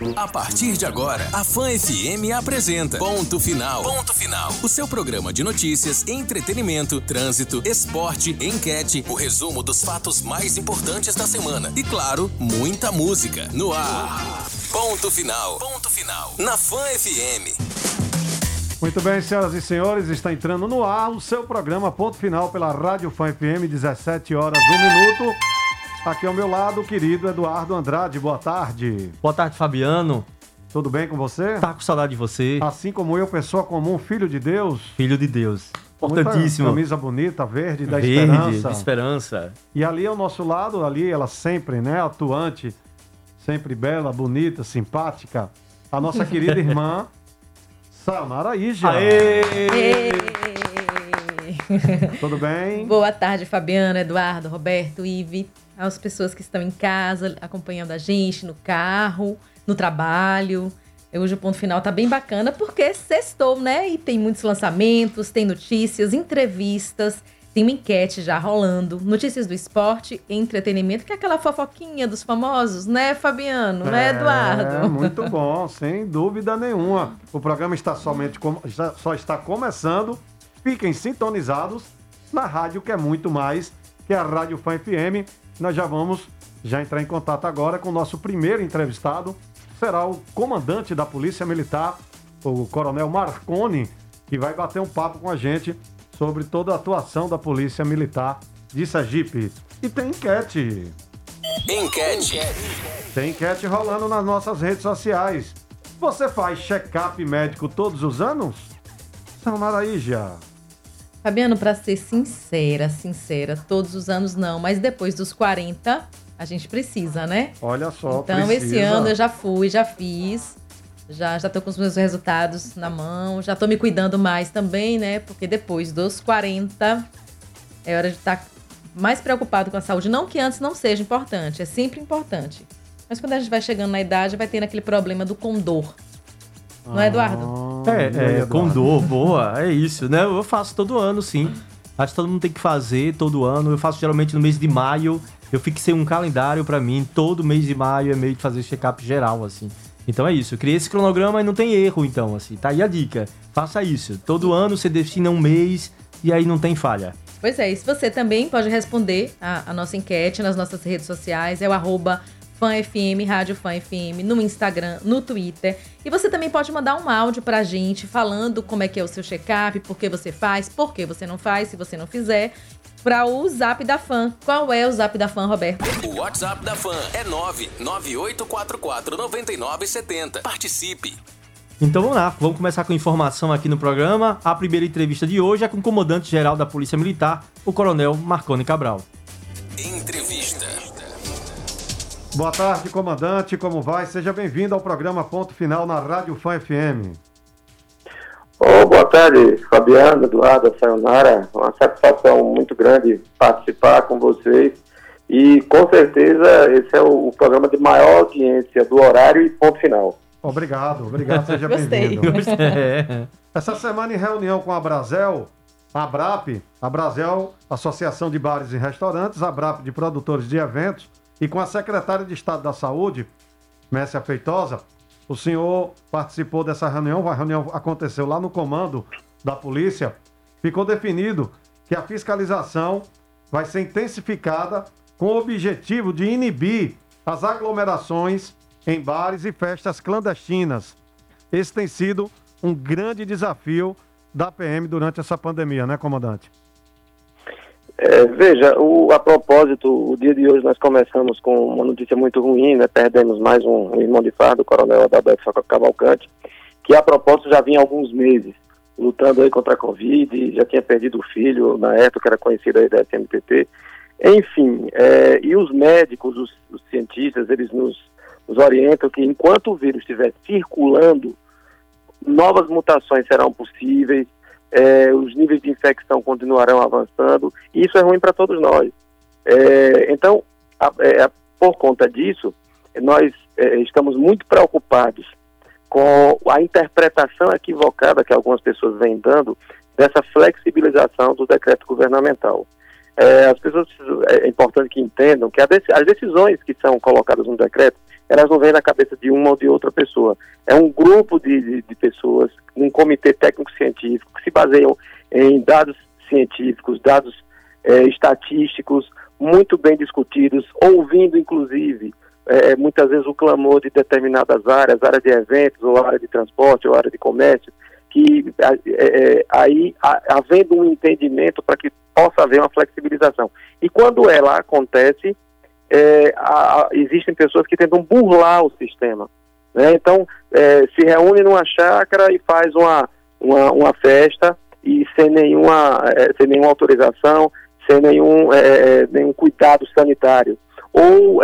A partir de agora, a Fã FM apresenta Ponto Final. Ponto Final. O seu programa de notícias, entretenimento, trânsito, esporte, enquete, o resumo dos fatos mais importantes da semana. E claro, muita música. No ar. Ponto Final. Ponto Final. Na Fã FM. Muito bem, senhoras e senhores, está entrando no ar o seu programa Ponto Final pela Rádio Fã FM, 17 horas, 1 minuto. Aqui ao meu lado, o querido Eduardo Andrade. Boa tarde. Boa tarde, Fabiano. Tudo bem com você? Tá com saudade de você. Assim como eu, pessoa comum, filho de Deus. Filho de Deus. Importantíssimo. Muita camisa bonita, verde, da verde, esperança. De esperança. E ali ao nosso lado, ali ela sempre, né, atuante, sempre bela, bonita, simpática, a nossa querida irmã, Sayonara Ija. Aê! Tudo bem? Boa tarde, Fabiano, Eduardo, Roberto, Ive, às pessoas que estão em casa, acompanhando a gente no carro, no trabalho. Hoje o Ponto Final tá bem bacana porque sextou, né? E tem muitos lançamentos, tem notícias, entrevistas, tem uma enquete já rolando, notícias do esporte, entretenimento, que é aquela fofoquinha dos famosos, né, Fabiano? Né, Eduardo? Muito bom, sem dúvida nenhuma. O programa está só está começando. Fiquem sintonizados na rádio, que é muito mais que a Rádio Fã FM. Nós já vamos entrar em contato agora com o nosso primeiro entrevistado. Será o comandante da Polícia Militar, o Coronel Marconi, que vai bater um papo com a gente sobre toda a atuação da Polícia Militar de Sergipe. E tem enquete. Tem enquete rolando nas nossas redes sociais. Você faz check-up médico todos os anos? Sayonara Ija. Fabiano, para ser sincera, todos os anos não, mas depois dos 40, a gente precisa, né? Olha só, então, precisa. Esse ano eu já fiz, já tô com os meus resultados na mão, já tô me cuidando mais também, né? Porque depois dos 40, é hora de estar mais preocupado com a saúde. Não que antes não seja importante, é sempre importante. Mas quando a gente vai chegando na idade, vai tendo aquele problema do condor. Não é, Eduardo? Com dor, boa, é isso, né? Eu faço todo ano, sim. Acho que todo mundo tem que fazer todo ano. Eu faço geralmente no mês de maio. Eu fixei um calendário pra mim. Todo mês de maio é meio de fazer check-up geral, assim. Então é isso. Eu criei esse cronograma e não tem erro, então, assim. Tá aí a dica. Faça isso. Todo ano você destina um mês e aí não tem falha. Pois é, e se você também pode responder a nossa enquete nas nossas redes sociais, é o @FanFM, Rádio Fã FM, no Instagram, no Twitter. E você também pode mandar um áudio pra gente falando como é que é o seu check-up, por que você faz, por que você não faz, se você não fizer, para o Zap da Fã. Qual é o Zap da Fã, Roberto? O WhatsApp da Fã é 998449970. Participe! Então vamos lá, vamos começar com informação aqui no programa. A primeira entrevista de hoje é com o comandante-geral da Polícia Militar, o Coronel Marconi Cabral. Entrevista. Boa tarde, comandante, como vai? Seja bem-vindo ao programa Ponto Final na Rádio Fã FM. Boa tarde, Fabiano, Eduardo, Sayonara. Uma satisfação muito grande participar com vocês. E, com certeza, esse é o programa de maior audiência do horário e ponto final. Obrigado, seja bem-vindo. Essa semana, em reunião com a Brasel, a ABRAP, a Brasel, Associação de Bares e Restaurantes, a ABRAP de Produtores de Eventos, e com a secretária de Estado da Saúde, Mércia Feitosa, o senhor participou dessa reunião. A reunião aconteceu lá no comando da polícia. Ficou definido que a fiscalização vai ser intensificada com o objetivo de inibir as aglomerações em bares e festas clandestinas. Esse tem sido um grande desafio da PM durante essa pandemia, né, comandante? Veja, a propósito, o dia de hoje nós começamos com uma notícia muito ruim, né? Perdemos mais um irmão de farda, o coronel Adalberto Cavalcante, que a propósito já vinha há alguns meses lutando aí contra a Covid, já tinha perdido o filho na época, que era conhecido aí da SMPT. Enfim, e os médicos, os cientistas, eles nos orientam que enquanto o vírus estiver circulando, novas mutações serão possíveis, os níveis de infecção continuarão avançando, e isso é ruim para todos nós. Então, por conta disso, nós estamos muito preocupados com a interpretação equivocada que algumas pessoas vêm dando dessa flexibilização do decreto governamental. As pessoas, é importante que entendam que as decisões que são colocadas no decreto, elas não vêm na cabeça de uma ou de outra pessoa. É um grupo de pessoas, um comitê técnico-científico, que se baseiam em dados científicos, dados estatísticos, muito bem discutidos, ouvindo, inclusive, muitas vezes o clamor de determinadas áreas de eventos, ou área de transporte, ou área de comércio, que aí, havendo um entendimento para que possa haver uma flexibilização. E quando ela acontece, existem pessoas que tentam burlar o sistema, né? Então, se reúne numa chácara e faz uma festa e sem nenhuma autorização, sem nenhum cuidado sanitário, ou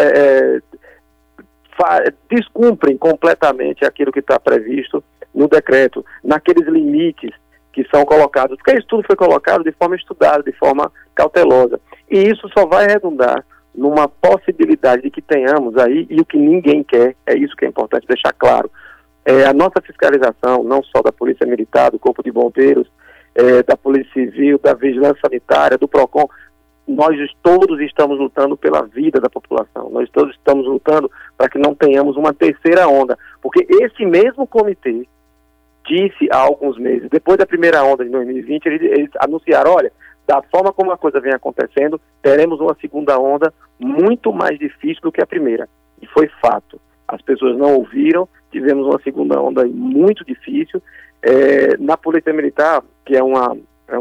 descumprem completamente aquilo que está previsto no decreto, naqueles limites que são colocados, porque isso tudo foi colocado de forma estudada, de forma cautelosa, e isso só vai redundar numa possibilidade de que tenhamos aí, e o que ninguém quer, é isso que é importante deixar claro, a nossa fiscalização, não só da Polícia Militar, do Corpo de Bombeiros, da Polícia Civil, da Vigilância Sanitária, do PROCON, nós todos estamos lutando pela vida da população, nós todos estamos lutando para que não tenhamos uma terceira onda, porque esse mesmo comitê disse há alguns meses, depois da primeira onda de 2020, eles anunciaram, olha, da forma como a coisa vem acontecendo, teremos uma segunda onda muito mais difícil do que a primeira, e foi fato, as pessoas não ouviram, tivemos uma segunda onda muito difícil. Na Polícia Militar, que é uma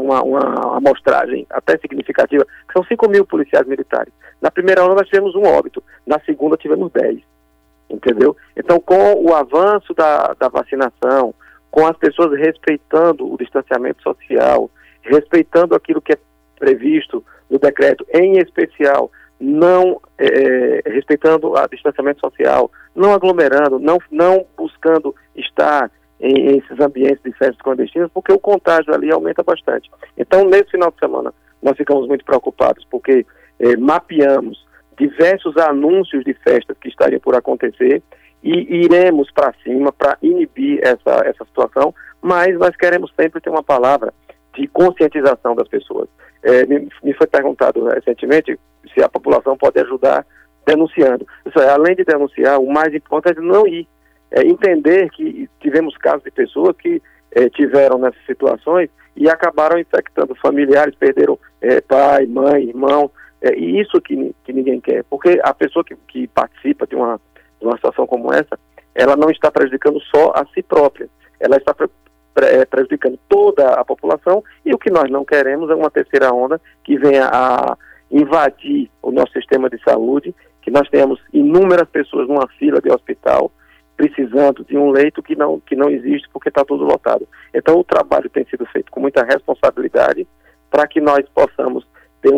amostragem até significativa, que são 5 mil policiais militares. Na primeira onda nós tivemos um óbito, na segunda tivemos 10, entendeu? Então, com o avanço da vacinação, com as pessoas respeitando o distanciamento social, respeitando aquilo que é previsto no decreto, em especial, não respeitando o distanciamento social, não aglomerando, não buscando estar em esses ambientes de festas clandestinas, porque o contágio ali aumenta bastante. Então, nesse final de semana, nós ficamos muito preocupados, porque mapeamos diversos anúncios de festas que estariam por acontecer e iremos para cima para inibir essa situação, mas nós queremos sempre ter uma palavra de conscientização das pessoas. Me foi perguntado recentemente se a população pode ajudar denunciando. Isso é, além de denunciar, o mais importante é não ir. Entender que tivemos casos de pessoas que tiveram nessas situações e acabaram infectando familiares, perderam pai, mãe, irmão, e isso que ninguém quer, porque a pessoa que participa de uma situação como essa, ela não está prejudicando só a si própria, ela está prejudicando toda a população, e o que nós não queremos é uma terceira onda que venha a invadir o nosso sistema de saúde, que nós tenhamos inúmeras pessoas numa fila de hospital, precisando de um leito que não existe porque está tudo lotado. Então o trabalho tem sido feito com muita responsabilidade para que nós possamos ter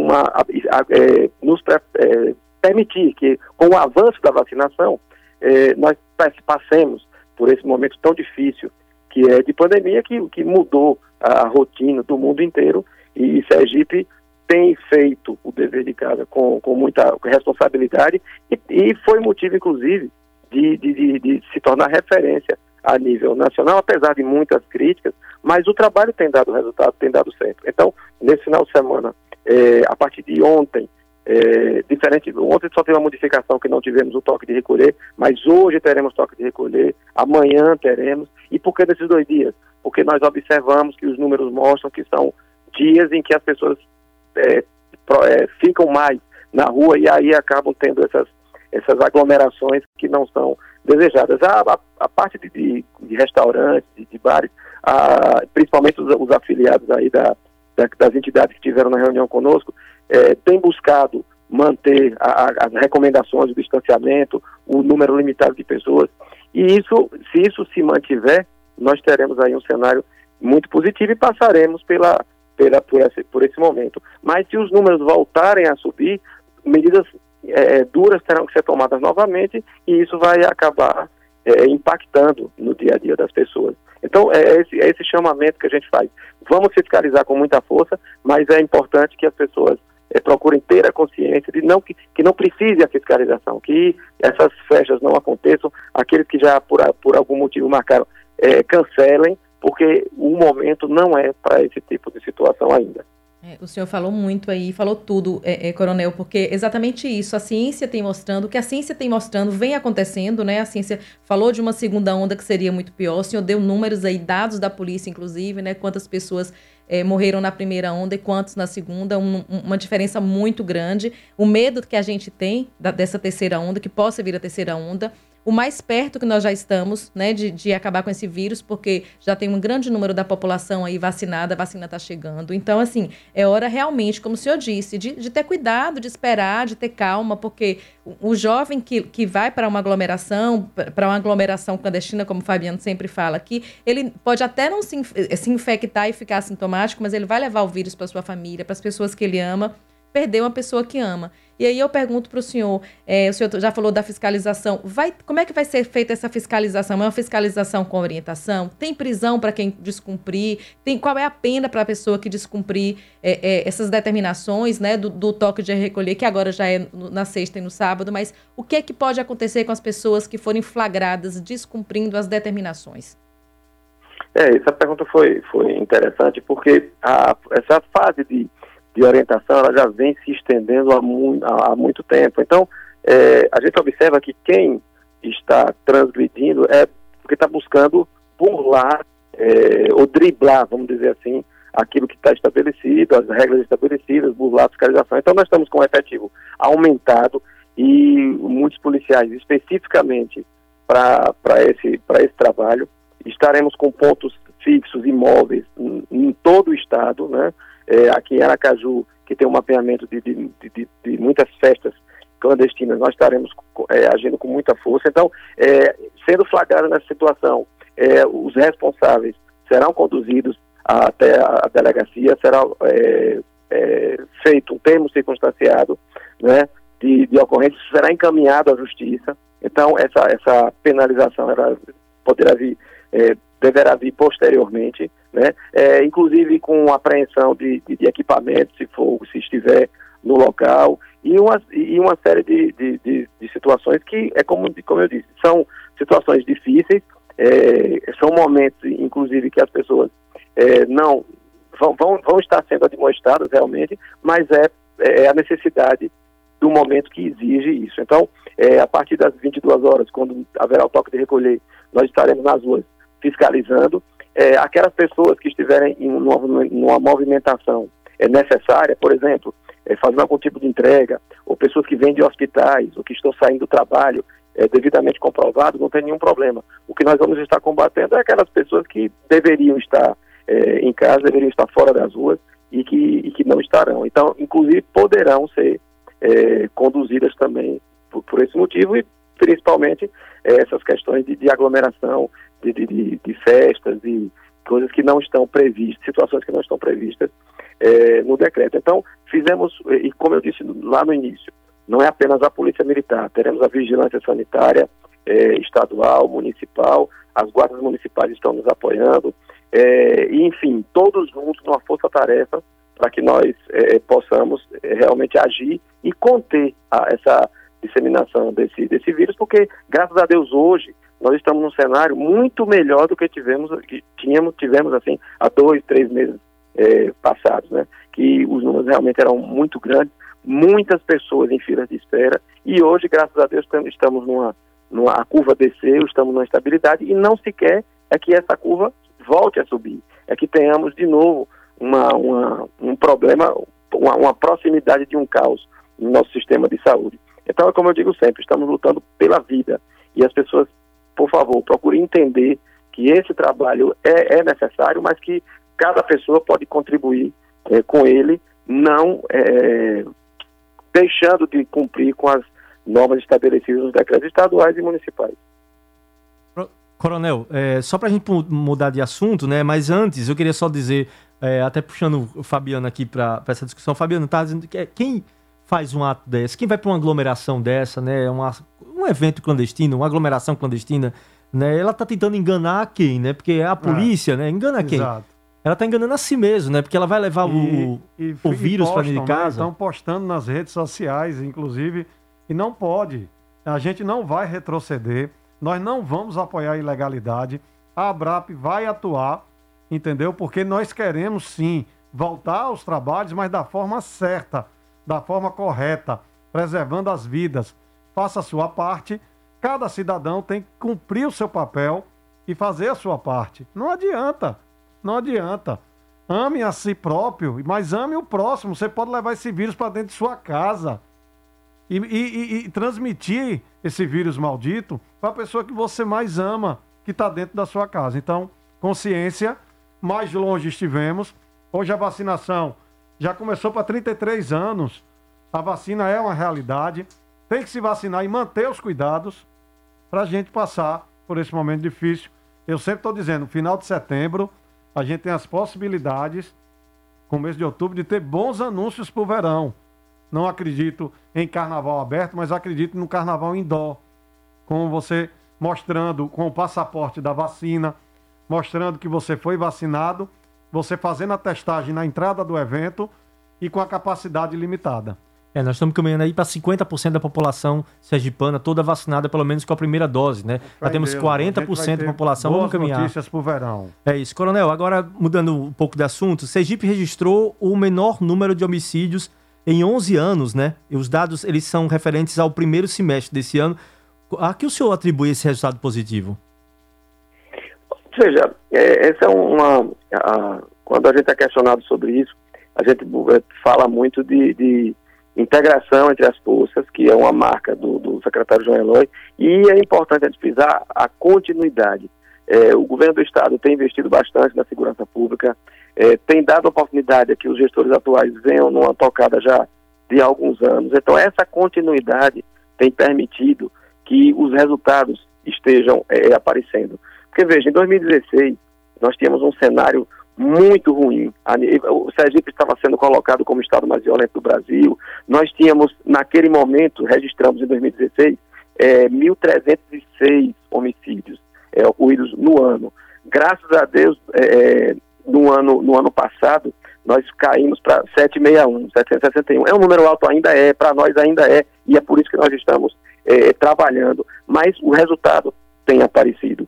permitir que com o avanço da vacinação nós passemos por esse momento tão difícil que é de pandemia que mudou a rotina do mundo inteiro, e Sergipe tem feito o dever de casa com muita responsabilidade e foi motivo inclusive de se tornar referência a nível nacional, apesar de muitas críticas, mas o trabalho tem dado resultado, tem dado certo. Então, nesse final de semana, a partir de ontem, ontem só teve uma modificação que não tivemos o toque de recolher, mas hoje teremos toque de recolher, amanhã teremos. E por que nesses 2 dias? Porque nós observamos que os números mostram que são dias em que as pessoas ficam mais na rua e aí acabam tendo essas aglomerações que não são desejadas. A parte de restaurantes, de bares, principalmente os afiliados aí das entidades que tiveram na reunião conosco, têm buscado manter as recomendações do distanciamento, o número limitado de pessoas, e se isso se mantiver, nós teremos aí um cenário muito positivo e passaremos por esse momento. Mas se os números voltarem a subir, medidas duras terão que ser tomadas novamente, e isso vai acabar impactando no dia a dia das pessoas. Então, é esse chamamento que a gente faz. Vamos fiscalizar com muita força, mas é importante que as pessoas procurem ter a consciência de que não precise a fiscalização, que essas festas não aconteçam, aqueles que já por algum motivo marcaram, cancelem, porque o momento não é para esse tipo de situação ainda. O senhor falou muito aí, falou tudo, Coronel, porque exatamente isso, a ciência tem mostrando, o que a ciência tem mostrando vem acontecendo, né? A ciência falou de uma segunda onda que seria muito pior, o senhor deu números aí, dados da polícia, inclusive, né? Quantas pessoas morreram na primeira onda e quantos na segunda, uma diferença muito grande. O medo que a gente tem dessa terceira onda, que possa vir a terceira onda, o mais perto que nós já estamos, né, de acabar com esse vírus, porque já tem um grande número da população aí vacinada, a vacina está chegando. Então, assim, é hora realmente, como o senhor disse, de ter cuidado, de esperar, de ter calma, porque o jovem que vai para uma aglomeração clandestina, como o Fabiano sempre fala aqui, ele pode até não se infectar e ficar assintomático, mas ele vai levar o vírus para sua família, para as pessoas que ele ama, perder uma pessoa que ama. E aí eu pergunto para o senhor já falou da fiscalização, como é que vai ser feita essa fiscalização? É uma fiscalização com orientação? Tem prisão para quem descumprir? Qual é a pena para a pessoa que descumprir essas determinações, né, do toque de recolher, que agora já é na sexta e no sábado, mas o que é que pode acontecer com as pessoas que forem flagradas descumprindo as determinações? Essa pergunta foi interessante, porque essa fase de orientação, ela já vem se estendendo há muito tempo. Então, a gente observa que quem está transgredindo é porque está buscando burlar ou driblar, vamos dizer assim, aquilo que está estabelecido, as regras estabelecidas, burlar a fiscalização. Então, nós estamos com um efetivo aumentado e muitos policiais, especificamente para esse trabalho, estaremos com pontos fixos, imóveis, em todo o estado, né? Aqui em Aracaju, que tem um mapeamento de muitas festas clandestinas, nós estaremos agindo com muita força. Então, sendo flagrado nessa situação, os responsáveis serão conduzidos até a delegacia, será feito um termo circunstanciado, né, de ocorrência, será encaminhado à justiça. Então, essa penalização deverá vir posteriormente, né? Inclusive com apreensão de equipamentos, se estiver no local, e uma série de situações que, como eu disse, são situações difíceis, são momentos, inclusive, que as pessoas não vão estar sendo admoestadas realmente, mas é a necessidade do momento que exige isso. Então, a partir das 22 horas, quando haverá o toque de recolher, nós estaremos nas ruas fiscalizando. Aquelas pessoas que estiverem em uma movimentação necessária, por exemplo, fazendo algum tipo de entrega, ou pessoas que vêm de hospitais, ou que estão saindo do trabalho, devidamente comprovado, não tem nenhum problema. O que nós vamos estar combatendo é aquelas pessoas que deveriam estar em casa, deveriam estar fora das ruas e que não estarão. Então, inclusive, poderão ser conduzidas também por esse motivo, e principalmente essas questões de aglomeração, de festas e coisas que não estão previstas, situações que não estão previstas no decreto. Então, fizemos, e como eu disse lá no início, não é apenas a Polícia Militar, teremos a Vigilância Sanitária estadual, municipal, as guardas municipais estão nos apoiando, e, enfim, todos juntos numa força-tarefa para que nós possamos realmente agir e conter essa disseminação desse vírus, porque, graças a Deus, hoje, nós estamos num cenário muito melhor do que tivemos assim, há 2, 3 meses passados, né? Que os números realmente eram muito grandes, muitas pessoas em filas de espera, e hoje, graças a Deus, estamos a curva desceu, estamos numa estabilidade, e não se quer que essa curva volte a subir, que tenhamos de novo um problema, uma proximidade de um caos no nosso sistema de saúde. Então, é como eu digo sempre, estamos lutando pela vida, e as pessoas, por favor, procurem entender que esse trabalho é necessário, mas que cada pessoa pode contribuir com ele, não deixando de cumprir com as normas estabelecidas nos decretos estaduais e municipais. Coronel, só para a gente mudar de assunto, né? Mas antes eu queria só dizer, até puxando o Fabiano aqui para essa discussão, Fabiano está dizendo que quem faz um ato desse, quem vai para uma aglomeração dessa, né? Um evento clandestino, uma aglomeração clandestina, né? Ela está tentando enganar quem, né? Porque a polícia, né? Engana quem? Exato. Ela está enganando a si mesma, né? Porque ela vai levar o vírus para dentro de casa. Estão postando nas redes sociais, inclusive, e não pode. A gente não vai retroceder. Nós não vamos apoiar a ilegalidade. A ABRAP vai atuar, entendeu? Porque nós queremos, sim, voltar aos trabalhos, mas da forma certa, da forma correta, preservando as vidas. Faça a sua parte. Cada cidadão tem que cumprir o seu papel e fazer a sua parte. Não adianta. Ame a si próprio, mas ame o próximo. Você pode levar esse vírus para dentro de sua casa e transmitir esse vírus maldito para a pessoa que você mais ama, que está dentro da sua casa. Então, consciência, mais longe estivemos. Hoje a vacinação já começou para 33 anos. A vacina é uma realidade. Tem que se vacinar e manter os cuidados para a gente passar por esse momento difícil. Eu sempre estou dizendo, no final de setembro, a gente tem as possibilidades, começo de outubro, de ter bons anúncios para o verão. Não acredito em carnaval aberto, mas acredito no carnaval indoor. Com você mostrando com o passaporte da vacina, mostrando que você foi vacinado, você fazendo a testagem na entrada do evento e com a capacidade limitada. Nós estamos caminhando aí para 50% da população sergipana toda vacinada, pelo menos com a primeira dose, né? Já temos 40% da população, vamos caminhar. Notícias para o verão. É isso. Coronel, agora mudando um pouco de assunto, Sergipe registrou o menor número de homicídios em 11 anos, né? E os dados, eles são referentes ao primeiro semestre desse ano. A que o senhor atribui esse resultado positivo? Veja, essa é quando a gente é questionado sobre isso, a gente fala muito de integração entre as forças, que é uma marca do secretário João Eloy, e é importante a gente frisar a continuidade. O governo do estado tem investido bastante na segurança pública, tem dado oportunidade a que os gestores atuais venham numa tocada já de alguns anos. Então essa continuidade tem permitido que os resultados estejam aparecendo. Porque veja, em 2016 nós tínhamos um cenário muito ruim. O Sergipe estava sendo colocado como o estado mais violento do Brasil. Nós tínhamos, naquele momento, registramos em 2016, 1.306 homicídios ocorridos no ano. Graças a Deus, no ano passado, nós caímos para 761. É um número alto ainda, para nós ainda e é por isso que nós estamos trabalhando. Mas o resultado tem aparecido.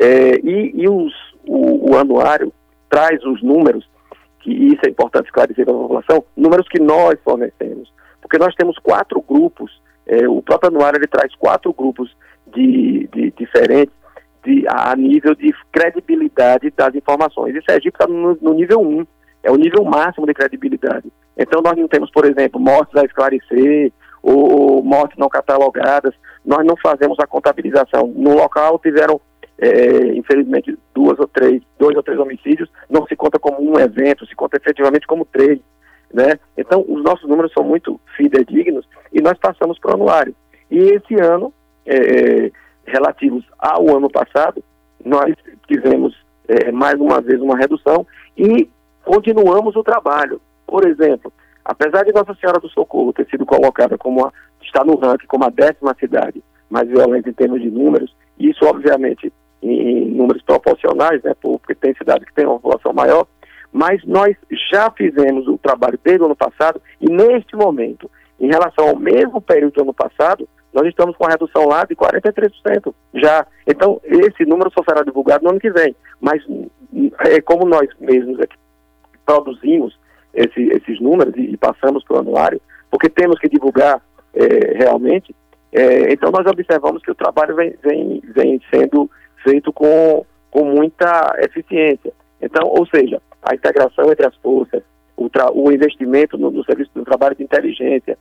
O anuário traz os números, que isso é importante esclarecer para a população, números que nós fornecemos. Porque nós temos 4 grupos, o próprio anuário ele traz 4 grupos diferentes a nível de credibilidade das informações. E Sergipe está no nível 1, é o nível máximo de credibilidade. Então nós não temos, por exemplo, mortes a esclarecer ou mortes não catalogadas, nós não fazemos a contabilização. No local tiveram infelizmente, 2 ou 3 homicídios, não se conta como um evento, se conta efetivamente como 3, né? Então, os nossos números são muito fidedignos e nós passamos para o anuário. E esse ano, relativos ao ano passado, nós tivemos mais uma vez uma redução e continuamos o trabalho. Por exemplo, apesar de Nossa Senhora do Socorro ter sido colocada está no ranking como a 10ª cidade mais violenta em termos de números, e isso obviamente em números proporcionais, né, porque tem cidades que têm uma população maior, mas nós já fizemos o trabalho desde o ano passado e neste momento, em relação ao mesmo período do ano passado, nós estamos com uma redução lá de 43% já. Então, esse número só será divulgado no ano que vem, mas como nós mesmos aqui produzimos esses números e passamos para o anuário, porque temos que divulgar realmente, então nós observamos que o trabalho vem sendo feito com muita eficiência. Então, ou seja, a integração entre as forças, o investimento no serviço do trabalho de inteligência,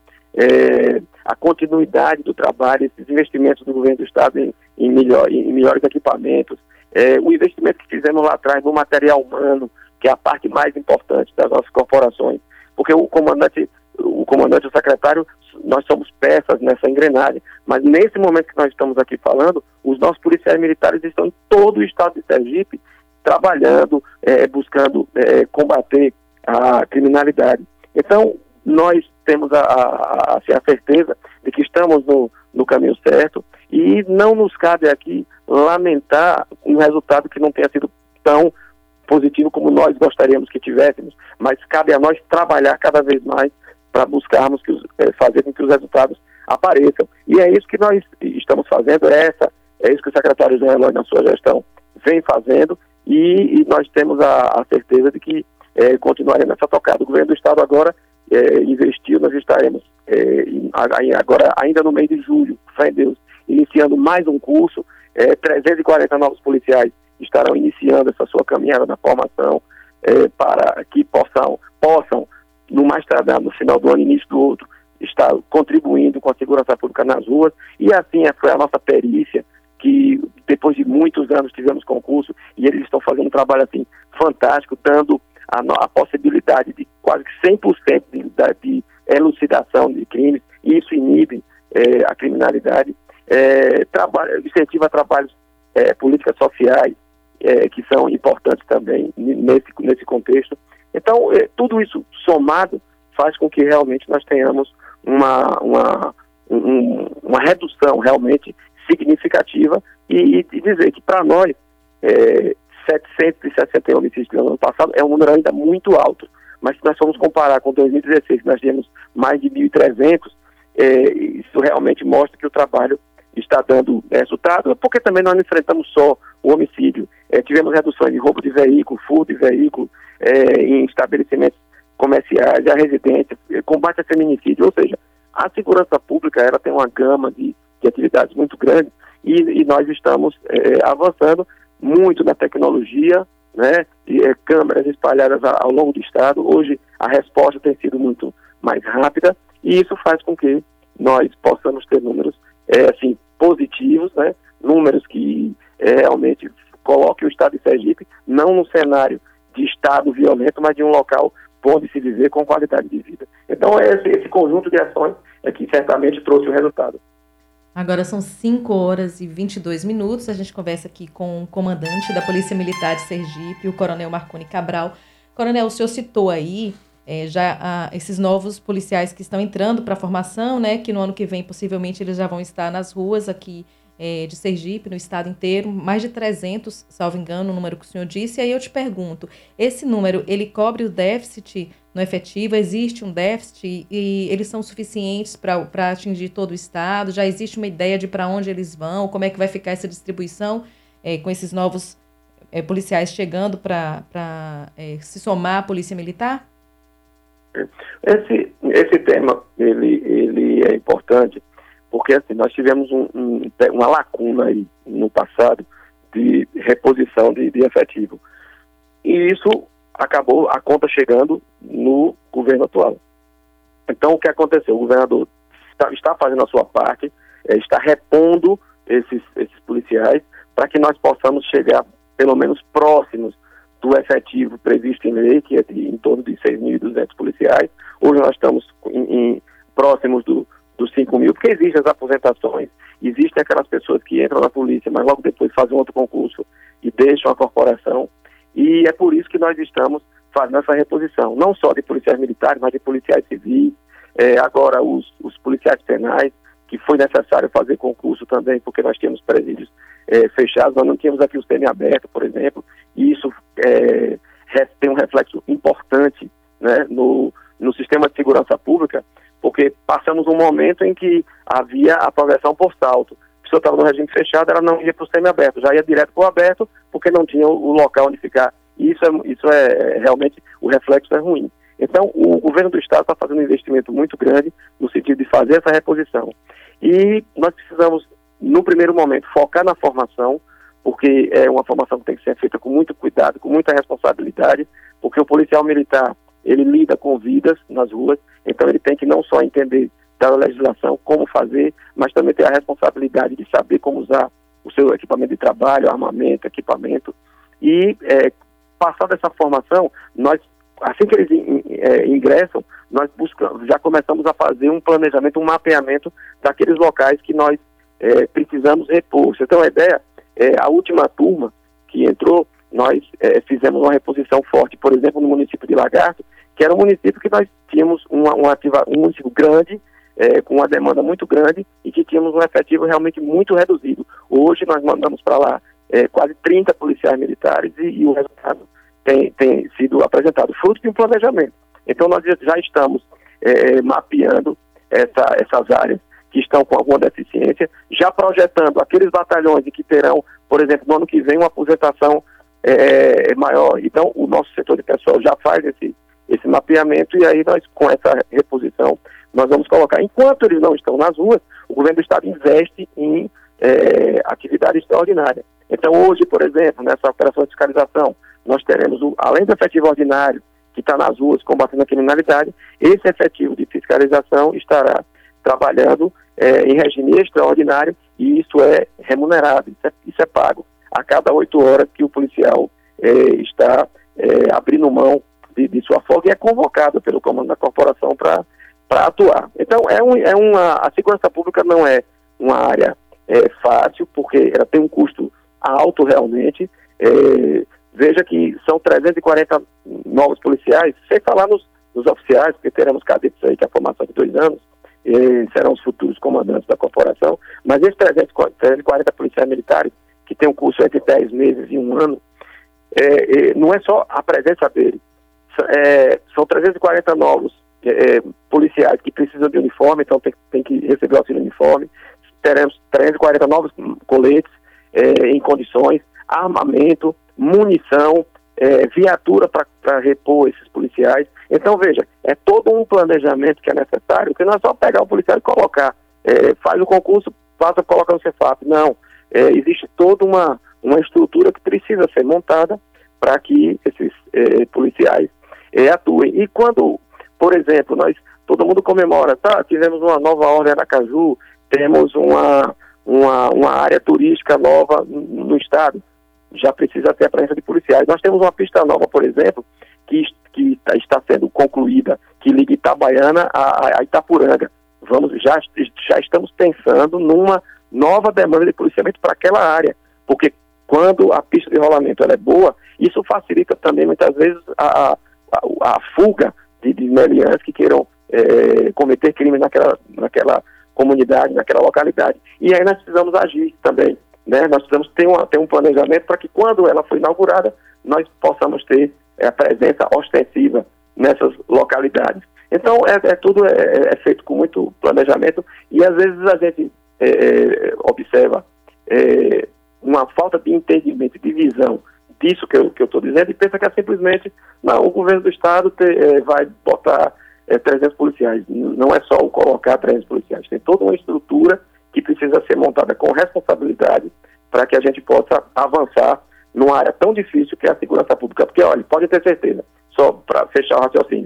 a continuidade do trabalho, esses investimentos do governo do estado em melhores equipamentos, o investimento que fizemos lá atrás no material humano, que é a parte mais importante das nossas corporações, porque o comandante e o secretário, nós somos peças nessa engrenagem, mas nesse momento que nós estamos aqui falando, os nossos policiais militares estão em todo o estado de Sergipe, trabalhando, buscando combater a criminalidade. Então, nós temos a certeza de que estamos no caminho certo e não nos cabe aqui lamentar um resultado que não tenha sido tão positivo como nós gostaríamos que tivéssemos, mas cabe a nós trabalhar cada vez mais para buscarmos fazer com que os resultados apareçam. E é isso que nós estamos fazendo, é isso que o secretário João Eloy, na sua gestão, vem fazendo, e nós temos a certeza de que continuaremos nessa tocada. O governo do estado agora investiu, nós estaremos agora, ainda no mês de julho, fé em Deus, iniciando mais um curso, 340 novos policiais estarão iniciando essa sua caminhada na formação, para que possam, no mais tardar, no final do ano, início do outro, estar contribuindo com a segurança pública nas ruas. E assim foi a nossa perícia, que depois de muitos anos tivemos concurso, e eles estão fazendo um trabalho assim fantástico, dando a possibilidade de quase 100% de elucidação de crimes, e isso inibe a criminalidade, incentiva trabalhos, políticas sociais, que são importantes também nesse contexto. Então, tudo isso somado faz com que realmente nós tenhamos uma redução realmente significativa, e dizer que para nós 760 homicídios no ano passado é um número ainda muito alto, mas se nós formos comparar com 2016, nós temos mais de 1.300, isso realmente mostra que o trabalho está dando resultado, porque também nós não enfrentamos só o homicídio, tivemos reduções de roubo de veículo, furto de veículo, em estabelecimentos comerciais, a residência, combate a feminicídio, ou seja, a segurança pública ela tem uma gama de atividades muito grande, e nós estamos avançando muito na tecnologia, né, câmeras espalhadas ao longo do estado. Hoje a resposta tem sido muito mais rápida, e isso faz com que nós possamos ter números assim, positivos, né, números que realmente coloquem o estado de Sergipe não num cenário de estado violento, mas de um local bom de se viver com qualidade de vida. Então esse conjunto de ações é que certamente trouxe o resultado. Agora são 5h22. A gente conversa aqui com o comandante da Polícia Militar de Sergipe, o Coronel Marconi Cabral. Coronel, o senhor citou aí esses novos policiais que estão entrando para a formação, né, que no ano que vem possivelmente eles já vão estar nas ruas aqui de Sergipe, no estado inteiro, mais de 300, salvo engano, o número que o senhor disse. E aí eu te pergunto, esse número, ele cobre o déficit no efetivo? Existe um déficit e eles são suficientes para atingir todo o estado? Já existe uma ideia de para onde eles vão? Como é que vai ficar essa distribuição com esses novos policiais chegando para se somar à Polícia Militar? Esse tema, ele é importante, porque assim, nós tivemos uma lacuna aí no passado de reposição de efetivo. E isso acabou a conta chegando no governo atual. Então, o que aconteceu? O governador está fazendo a sua parte, está repondo esses policiais para que nós possamos chegar pelo menos próximos do efetivo previsto em lei, que é em torno de 6.200 policiais. Hoje nós estamos próximos dos 5.000, porque existem as aposentações, existem aquelas pessoas que entram na polícia, mas logo depois fazem outro concurso e deixam a corporação, e é por isso que nós estamos fazendo essa reposição, não só de policiais militares, mas de policiais civis, agora os policiais penais, que foi necessário fazer concurso também, porque nós tínhamos presídios fechados, nós não tínhamos aqui o semiaberto, por exemplo, e isso tem um reflexo importante, né, no sistema de segurança pública, porque passamos um momento em que havia a progressão por salto. A pessoa estava no regime fechado, ela não ia para o semiaberto, já ia direto para o aberto, porque não tinha o local onde ficar. E isso é realmente, o reflexo é ruim. Então, o governo do estado está fazendo um investimento muito grande no sentido de fazer essa reposição. E nós precisamos, no primeiro momento, focar na formação, porque é uma formação que tem que ser feita com muito cuidado, com muita responsabilidade, porque o policial militar, ele lida com vidas nas ruas, então ele tem que não só entender da legislação, como fazer, mas também ter a responsabilidade de saber como usar o seu equipamento de trabalho, armamento, equipamento, e passada essa formação, nós, assim que eles ingressam, nós já começamos a fazer um planejamento, um mapeamento daqueles locais que nós precisamos repor. Você tem uma ideia? A última turma que entrou, nós fizemos uma reposição forte, por exemplo, no município de Lagarto, que era um município que nós tínhamos um município grande, com uma demanda muito grande, e que tínhamos um efetivo realmente muito reduzido. Hoje nós mandamos para lá quase 30 policiais militares, e o resultado tem sido apresentado, fruto de um planejamento. Então nós já estamos mapeando essas áreas que estão com alguma deficiência, já projetando aqueles batalhões que terão, por exemplo, no ano que vem, uma aposentação é maior. Então, o nosso setor de pessoal já faz esse mapeamento, e aí nós, com essa reposição, nós vamos colocar. Enquanto eles não estão nas ruas, o governo do estado investe em atividade extraordinária. Então, hoje, por exemplo, nessa operação de fiscalização, nós teremos, além do efetivo ordinário, que está nas ruas combatendo a criminalidade, esse efetivo de fiscalização estará trabalhando em regime extraordinário, e isso é remunerado, isso é pago a cada 8 horas que o policial está abrindo mão de sua folga e é convocado pelo comando da corporação para atuar. Então, a segurança pública não é uma área fácil, porque ela tem um custo alto realmente. Veja que são 340 novos policiais, sem falar nos oficiais, porque teremos cadetes aí que a formação de 2 anos, serão os futuros comandantes da corporação, mas esses 340 policiais militares, que tem um curso entre 10 meses e 1 ano, não é só a presença dele, são 340 novos policiais que precisam de uniforme, então tem que receber o auxílio uniforme, teremos 340 novos coletes em condições, armamento, munição, viatura para repor esses policiais. Então, veja, é todo um planejamento que é necessário, que não é só pegar o policial e colocar, faz o concurso, passa, coloca no Cefap. Não, existe toda uma estrutura que precisa ser montada para que esses policiais atuem. E quando, por exemplo, todo mundo comemora, tivemos uma nova ordem em Aracaju, temos uma área turística nova no estado, já precisa ter a presença de policiais. Nós temos uma pista nova, por exemplo, que está sendo concluída, que liga Itabaiana a Itapuranga. Já estamos pensando numa nova demanda de policiamento para aquela área, porque quando a pista de rolamento ela é boa, isso facilita também muitas vezes a fuga de meliantes que queiram cometer crime naquela comunidade, naquela localidade. E aí nós precisamos agir também, né? Nós precisamos ter um planejamento para que quando ela for inaugurada, nós possamos ter a presença ostensiva nessas localidades. Então, tudo é feito com muito planejamento, e às vezes a gente observa uma falta de entendimento, de visão disso que eu estou dizendo, e pensa que é simplesmente o governo do estado vai botar 300 policiais. Não é só o colocar 300 policiais, tem toda uma estrutura que precisa ser montada com responsabilidade para que a gente possa avançar numa área tão difícil que é a segurança pública. Porque, olha, pode ter certeza, só para fechar o raciocínio,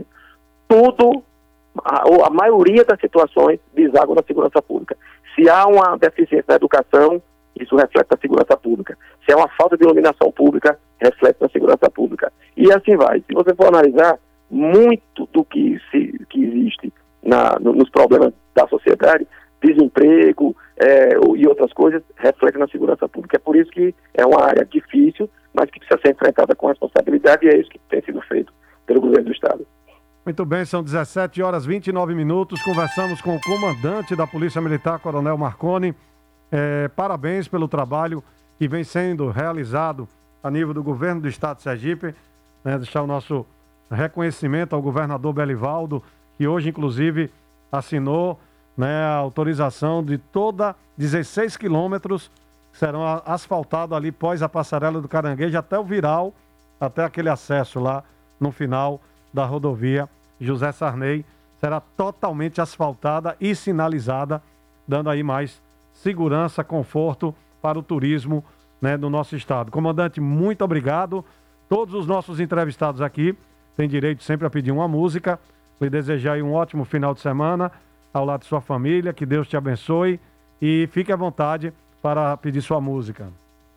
a maioria das situações desagam na segurança pública. Se há uma deficiência na educação, isso reflete na segurança pública. Se há uma falta de iluminação pública, reflete na segurança pública. E assim vai. Se você for analisar, muito do que existe nos problemas da sociedade, desemprego e outras coisas, reflete na segurança pública. É por isso que é uma área difícil, mas que precisa ser enfrentada com responsabilidade, e é isso que tem sido feito pelo governo do estado. Muito bem, são 17h29. Conversamos com o comandante da Polícia Militar, Coronel Marconi. Parabéns pelo trabalho que vem sendo realizado a nível do governo do estado de Sergipe. Deixar o nosso reconhecimento ao governador Belivaldo, que hoje, inclusive, assinou a autorização de 16 quilômetros que serão asfaltados ali pós a passarela do Caranguejo até o Viral, até aquele acesso lá no final da rodovia José Sarney, será totalmente asfaltada e sinalizada, dando aí mais segurança, conforto para o turismo do nosso estado. Comandante, muito obrigado. Todos os nossos entrevistados aqui têm direito sempre a pedir uma música. Lhe desejar aí um ótimo final de semana ao lado de sua família, que Deus te abençoe, e fique à vontade para pedir sua música.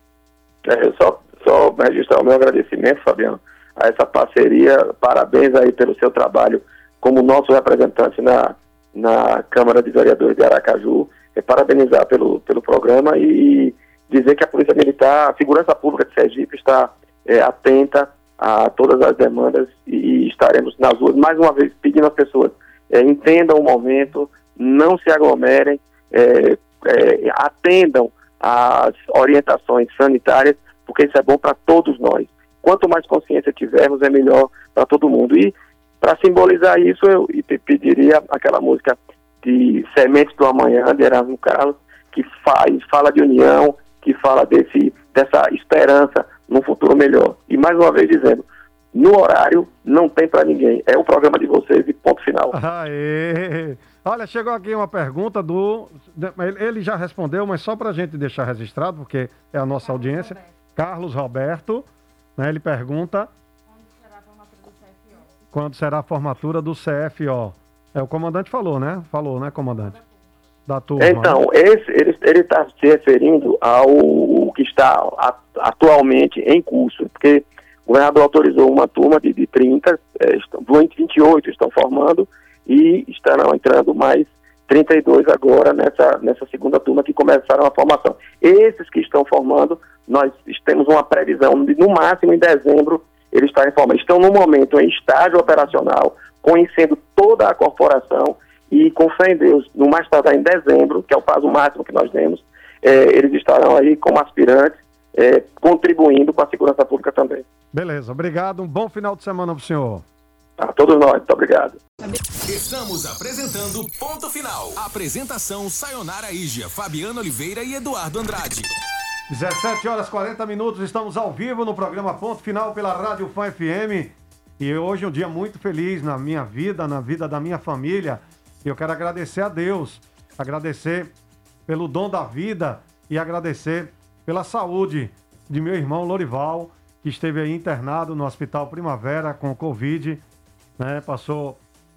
Só registrar o meu agradecimento, Fabiano, a essa parceria. Parabéns aí pelo seu trabalho como nosso representante na Câmara de Vereadores de Aracaju. Parabenizar pelo programa e dizer que a Polícia Militar, a Segurança Pública de Sergipe está atenta a todas as demandas, e estaremos nas ruas, mais uma vez, pedindo às pessoas, entendam o momento, não se aglomerem, atendam às orientações sanitárias, porque isso é bom para todos nós. Quanto mais consciência tivermos, é melhor para todo mundo. E, para simbolizar isso, eu pediria aquela música de Sementes do Amanhã, de Erasmo Carlos, que fala de união, que fala dessa esperança num futuro melhor. E mais uma vez dizendo, no horário não tem para ninguém. É o programa de vocês e ponto final. Aê. Olha, chegou aqui uma pergunta ele já respondeu, mas só para a gente deixar registrado, porque é a nossa audiência. Carlos Roberto, né, ele pergunta quando será a formatura do CFO. O comandante falou, né? Falou, né, comandante? Da turma. Então, ele está se referindo ao que está atualmente em curso, porque o governador autorizou uma turma de 30, 28 estão formando e estarão entrando mais 32 agora nessa segunda turma que começaram a formação. Esses que estão formando, nós temos uma previsão de, no máximo, em dezembro, eles estarem formando. Estão no momento em estágio operacional, conhecendo toda a corporação e, com fé em Deus, no mais tardar em dezembro, que é o prazo máximo que nós temos, eles estarão aí como aspirantes, contribuindo com a segurança pública também. Beleza, obrigado. Um bom final de semana para o senhor. A todos nós, muito obrigado. Estamos apresentando Ponto Final. Apresentação Sayonara Ija, Fabiano Oliveira e Eduardo Andrade. 17h40, estamos ao vivo no programa Ponto Final pela Rádio Fã FM. E hoje é um dia muito feliz na minha vida, na vida da minha família. E eu quero agradecer a Deus, agradecer pelo dom da vida e agradecer pela saúde de meu irmão Lorival, que esteve aí internado no Hospital Primavera com Covid, né? Passou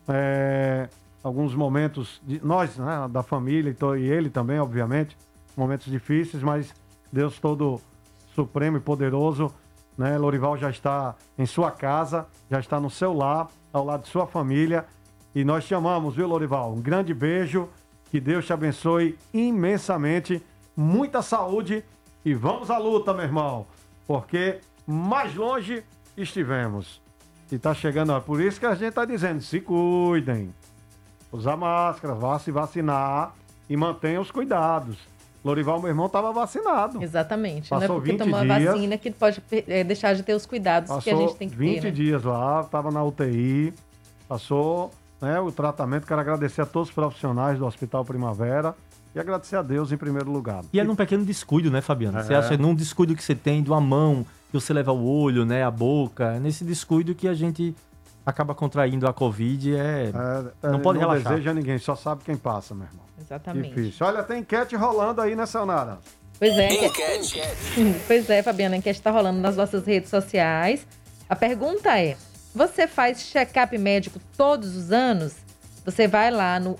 alguns momentos, nós, né, da família e ele também, obviamente, momentos difíceis, mas Deus todo supremo e poderoso, né? Lorival já está em sua casa, já está no seu lar, ao lado de sua família, e nós te amamos, viu, Lorival? Um grande beijo, que Deus te abençoe imensamente, muita saúde e vamos à luta, meu irmão, porque mais longe estivemos. E tá chegando, por isso que a gente tá dizendo, se cuidem, usar máscara, vá se vacinar e mantenham os cuidados. Lorival, meu irmão, estava vacinado. Exatamente. Passou, não é porque 20 tomou dias, a vacina que pode deixar de ter os cuidados que a gente tem que ter. 20 dias lá, estava na UTI, passou, né, o tratamento. Quero agradecer a todos os profissionais do Hospital Primavera e agradecer a Deus em primeiro lugar. E é num pequeno descuido, né, Fabiano? Você acha num descuido que você tem de uma mão, que você leva o olho, né, a boca, nesse descuido que a gente acaba contraindo a Covid, não pode relaxar. Não deseja ninguém, só sabe quem passa, meu irmão. Exatamente. Difícil. Olha, tem enquete rolando aí, né, Sayonara? Pois é. Enquete. Pois é, Fabiana, a enquete está rolando nas nossas redes sociais. A pergunta é, você faz check-up médico todos os anos? Você vai lá no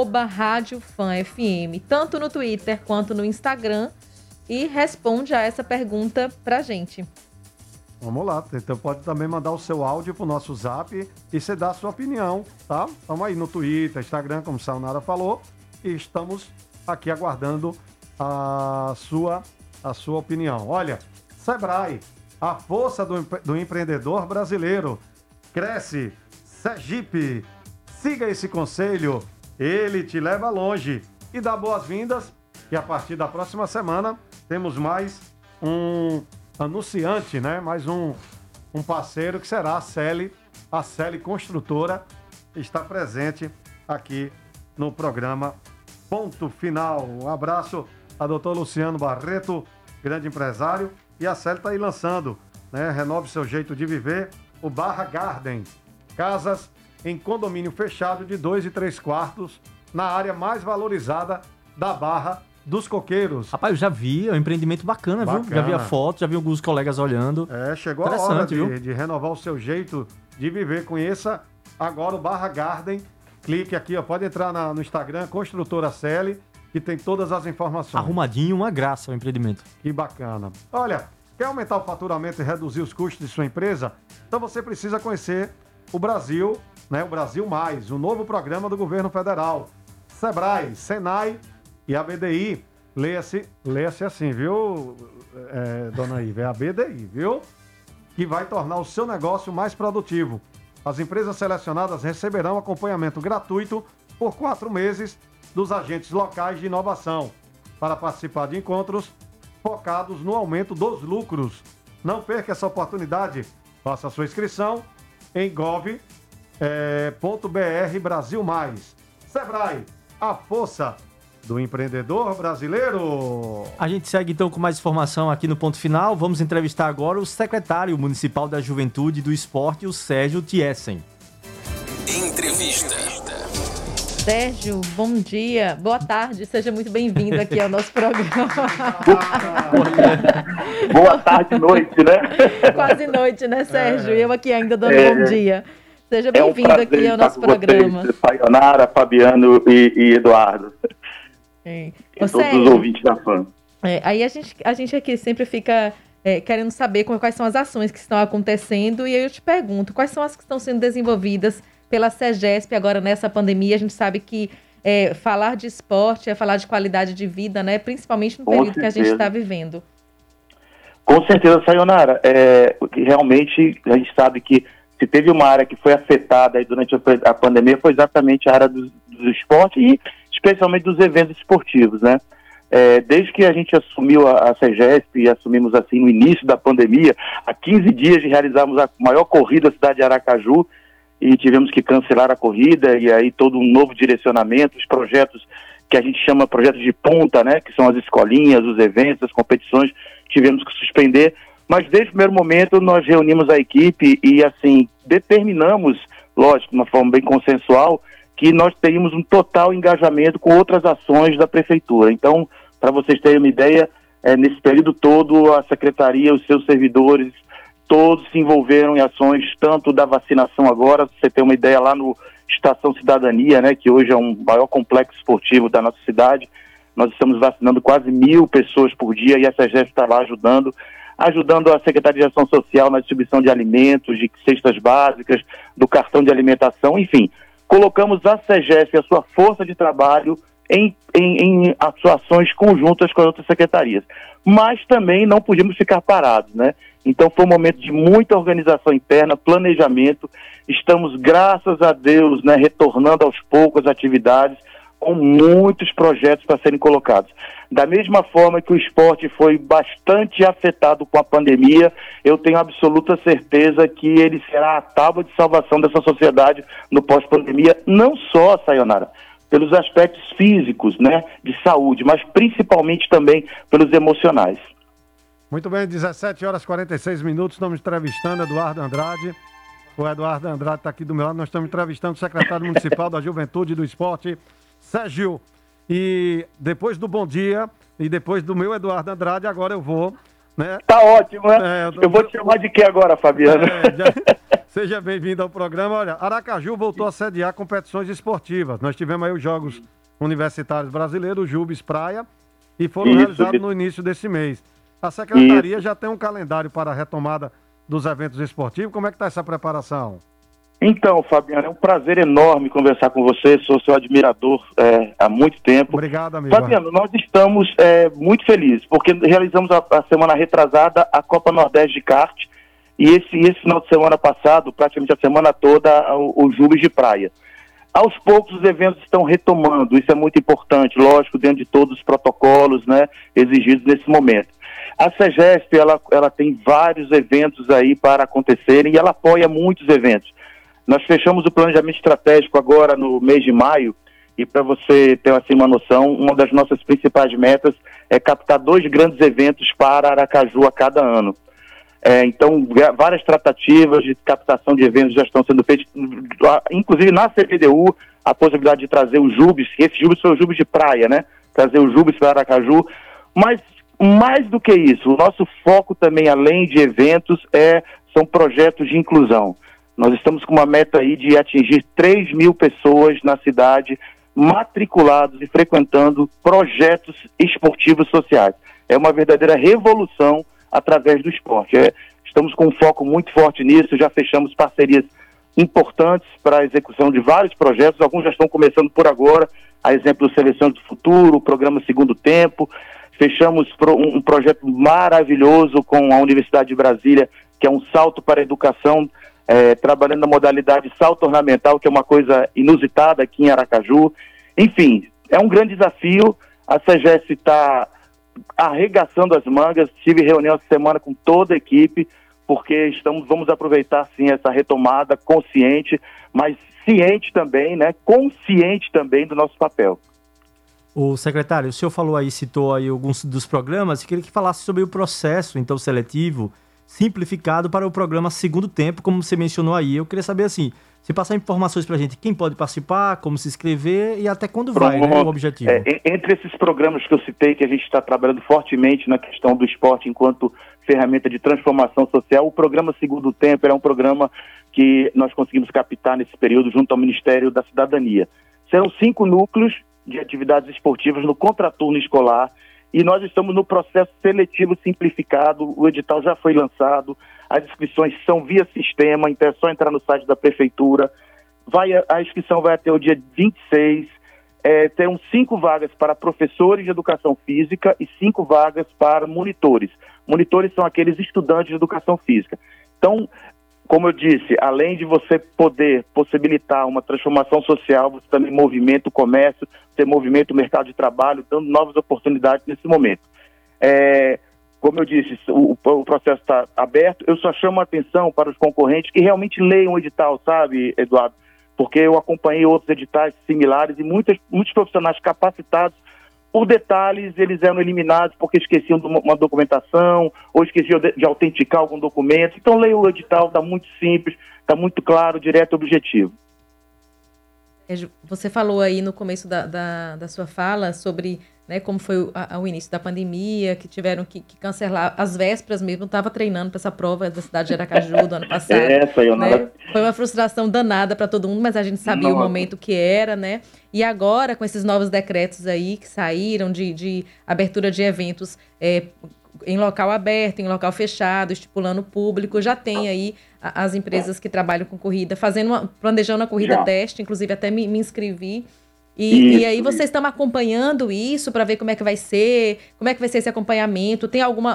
@RádioFanFM, tanto no Twitter quanto no Instagram, e responde a essa pergunta pra gente. Vamos lá, então pode também mandar o seu áudio pro nosso zap e você dá a sua opinião, tá? Estamos aí no Twitter, Instagram, como o Sayonara falou, e estamos aqui aguardando a sua opinião. Olha, Sebrae, a força do empreendedor brasileiro. Cresce, Sergipe, siga esse conselho, ele te leva longe. E dá boas-vindas, que a partir da próxima semana temos mais um anunciante, né? Mais um parceiro que será a Celi Construtora, está presente aqui no programa Ponto Final. Um abraço a doutor Luciano Barreto, grande empresário, e a Celi está aí lançando, né? Renove seu jeito de viver, o Barra Garden, casas em condomínio fechado de 2 e 3 quartos, na área mais valorizada da Barra dos Coqueiros. Rapaz, eu já vi, é um empreendimento bacana, viu? Já vi a foto, já vi alguns colegas olhando. Chegou a hora de renovar o seu jeito de viver. Conheça agora o Barra Garden. Clique aqui, ó, pode entrar no Instagram, Construtora Celi, que tem todas as informações. Arrumadinho, uma graça o empreendimento. Que bacana. Olha, quer aumentar o faturamento e reduzir os custos de sua empresa? Então você precisa conhecer o Brasil, né? O Brasil Mais, o novo programa do governo federal. Sebrae, Senai e a BDI, leia-se assim, viu, dona Iva? É a BDI, viu? Que vai tornar o seu negócio mais produtivo. As empresas selecionadas receberão acompanhamento gratuito por 4 meses dos agentes locais de inovação para participar de encontros focados no aumento dos lucros. Não perca essa oportunidade. Faça a sua inscrição em gov.br Brasil Mais. Sebrae, a força do empreendedor brasileiro. A gente segue então com mais informação aqui no Ponto Final. Vamos entrevistar agora o secretário municipal da Juventude e do Esporte, o Sérgio Thiessen. Entrevista. Sérgio, bom dia, boa tarde, seja muito bem-vindo aqui ao nosso programa. Boa tarde, noite, né? Quase noite, né, Sérgio? Eu aqui ainda dando bom dia. Seja bem-vindo aqui ao nosso programa. Sayonara, Fabiano e Eduardo. E todos os ouvintes da FAM. Aí a gente aqui sempre fica querendo saber quais são as ações que estão acontecendo, e aí eu te pergunto, quais são as que estão sendo desenvolvidas pela SEGESP agora nessa pandemia? A gente sabe que falar de esporte é falar de qualidade de vida, né? Principalmente no período que a gente está vivendo. Com certeza, Sayonara. Realmente, a gente sabe que se teve uma área que foi afetada aí durante a pandemia, foi exatamente a área do esporte e especialmente dos eventos esportivos, né? Desde que a gente assumiu a SEGESP e assumimos assim no início da pandemia, há 15 dias de realizarmos a maior corrida da cidade de Aracaju, e tivemos que cancelar a corrida, e aí todo um novo direcionamento, os projetos que a gente chama projetos de ponta, né, que são as escolinhas, os eventos, as competições, tivemos que suspender. Mas desde o primeiro momento nós reunimos a equipe e assim determinamos, lógico, de uma forma bem consensual, que nós teríamos um total engajamento com outras ações da prefeitura. Então, para vocês terem uma ideia, nesse período todo a secretaria, os seus servidores, todos se envolveram em ações, tanto da vacinação agora, você tem uma ideia, lá no Estação Cidadania, né, que hoje é um maior complexo esportivo da nossa cidade, nós estamos vacinando quase 1.000 pessoas por dia, e a SEGESP está lá ajudando a Secretaria de Ação Social na distribuição de alimentos, de cestas básicas, do cartão de alimentação, enfim. Colocamos a SEGESP, a sua força de trabalho, em ações conjuntas com as outras secretarias. Mas também não podíamos ficar parados, né? Então foi um momento de muita organização interna, planejamento. Estamos, graças a Deus, né, retornando aos poucos as atividades, com muitos projetos para serem colocados. Da mesma forma que o esporte foi bastante afetado com a pandemia, eu tenho absoluta certeza que ele será a tábua de salvação dessa sociedade no pós-pandemia, não só, Sayonara, pelos aspectos físicos, né, de saúde, mas principalmente também pelos emocionais. Muito bem, 17h46, estamos entrevistando Eduardo Andrade. O Eduardo Andrade está aqui do meu lado, nós estamos entrevistando o secretário municipal da Juventude e do Esporte, Sérgio. E depois do bom dia e depois do meu Eduardo Andrade, agora eu vou, né? Tá ótimo, né? Eu vou te chamar de quê agora, Fabiano? Seja bem-vindo ao programa. Olha, Aracaju voltou a sediar competições esportivas. Nós tivemos aí os Jogos Universitários Brasileiros, Jubes Praia, e foram realizados no início desse mês. A Secretaria já tem um calendário para a retomada dos eventos esportivos. Como é que está essa preparação? Então, Fabiano, é um prazer enorme conversar com você, sou seu admirador há muito tempo. Obrigado, amigo. Fabiano, nós estamos muito felizes, porque realizamos a semana retrasada a Copa Nordeste de Kart, e esse final de semana passado, praticamente a semana toda, o Jubes de Praia. Aos poucos os eventos estão retomando, isso é muito importante, lógico, dentro de todos os protocolos, né, exigidos nesse momento. A SEGESP, ela tem vários eventos aí para acontecerem e ela apoia muitos eventos. Nós fechamos o planejamento estratégico agora no mês de maio, e para você ter assim, uma noção, uma das nossas principais metas é captar 2 grandes eventos para Aracaju a cada ano. Então, várias tratativas de captação de eventos já estão sendo feitas, inclusive na CPDU, a possibilidade de trazer os Jubes, esses Jubes são os Jubes de praia, né? Trazer os Jubes para Aracaju, mas mais do que isso, o nosso foco também, além de eventos, são projetos de inclusão. Nós estamos com uma meta aí de atingir 3.000 pessoas na cidade, matriculados e frequentando projetos esportivos sociais. É uma verdadeira revolução através do esporte. Estamos com um foco muito forte nisso, já fechamos parcerias importantes para a execução de vários projetos, alguns já estão começando por agora, a exemplo do Seleção do Futuro, o programa Segundo Tempo. Fechamos um projeto maravilhoso com a Universidade de Brasília, que é um salto para a educação, trabalhando na modalidade salto ornamental, que é uma coisa inusitada aqui em Aracaju. Enfim, é um grande desafio. A SEGESP está arregaçando as mangas. Tive reunião essa semana com toda a equipe, porque vamos aproveitar sim essa retomada consciente, mas ciente também, né? Consciente também do nosso papel. O secretário, o senhor falou aí, citou aí alguns dos programas, eu queria que falasse sobre o processo, então, seletivo, simplificado para o programa Segundo Tempo, como você mencionou aí. Eu queria saber, assim, se passar informações pra gente, quem pode participar, como se inscrever e até quando vai, né, o objetivo. Entre esses programas que eu citei, que a gente está trabalhando fortemente na questão do esporte enquanto ferramenta de transformação social, o programa Segundo Tempo é um programa que nós conseguimos captar nesse período junto ao Ministério da Cidadania. Serão 5 núcleos de atividades esportivas no contraturno escolar e nós estamos no processo seletivo simplificado, o edital já foi lançado, as inscrições são via sistema, então é só entrar no site da Prefeitura, a inscrição vai até o dia 26, terão 5 vagas para professores de educação física e 5 vagas para monitores. Monitores são aqueles estudantes de educação física. Então, como eu disse, além de você poder possibilitar uma transformação social, você também movimenta o comércio, você movimenta o mercado de trabalho, dando novas oportunidades nesse momento. Como eu disse, o processo está aberto, eu só chamo a atenção para os concorrentes que realmente leiam o edital, sabe, Eduardo? Porque eu acompanhei outros editais similares e muitos profissionais capacitados, por detalhes, eles eram eliminados porque esqueciam de uma documentação ou esqueciam de autenticar algum documento. Então, leia o edital, está muito simples, está muito claro, direto e objetivo. Você falou aí no começo da sua fala sobre, né, como foi o início da pandemia, que tiveram que cancelar as vésperas mesmo. Eu estava treinando para essa prova da cidade de Aracaju do ano passado. Né? Foi uma frustração danada para todo mundo, mas a gente sabia o momento que era, né? E agora, com esses novos decretos aí que saíram de abertura de eventos em local aberto, em local fechado, estipulando o público, já tem aí as empresas que trabalham com corrida, planejando a corrida teste, inclusive até me inscrevi. E aí vocês estão acompanhando isso para ver como é que vai ser esse acompanhamento? Tem algum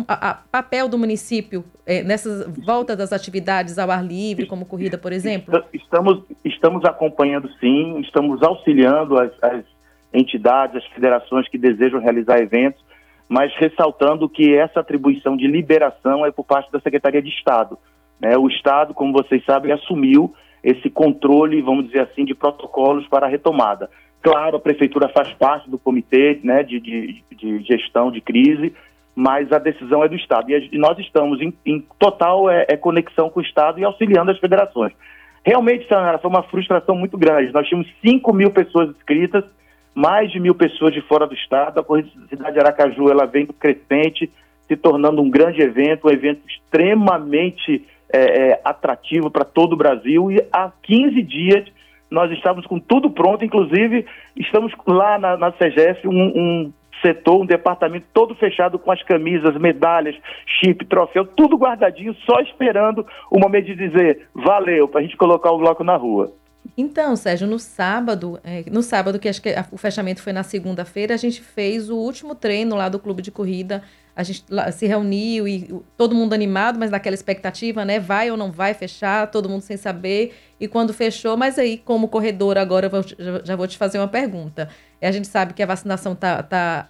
papel do município nessas voltas das atividades ao ar livre, como corrida, por exemplo? Estamos acompanhando, sim, estamos auxiliando as entidades, as federações que desejam realizar eventos, mas ressaltando que essa atribuição de liberação é por parte da Secretaria de Estado. Né? O Estado, como vocês sabem, assumiu esse controle, vamos dizer assim, de protocolos para a retomada. Claro, a Prefeitura faz parte do comitê, né, de gestão de crise, mas a decisão é do Estado. E nós estamos em total conexão com o Estado e auxiliando as federações. Realmente, Sayonara, foi uma frustração muito grande. Nós tínhamos 5.000 pessoas inscritas, mais de 1.000 pessoas de fora do Estado. A Corrida da Cidade de Aracaju ela vem crescente, se tornando um grande evento, um evento extremamente atrativo para todo o Brasil, e há 15 dias nós estávamos com tudo pronto, inclusive estamos lá na CGF, um setor, um departamento todo fechado com as camisas, medalhas, chip, troféu, tudo guardadinho, só esperando o momento de dizer valeu, para a gente colocar o bloco na rua. Então, Sérgio, no sábado, que acho que o fechamento foi na segunda-feira, a gente fez o último treino lá do clube de corrida. A gente se reuniu e todo mundo animado, mas naquela expectativa, né? Vai ou não vai fechar, todo mundo sem saber. E quando fechou, mas aí, como corredor, agora já vou te fazer uma pergunta. A gente sabe que a vacinação tá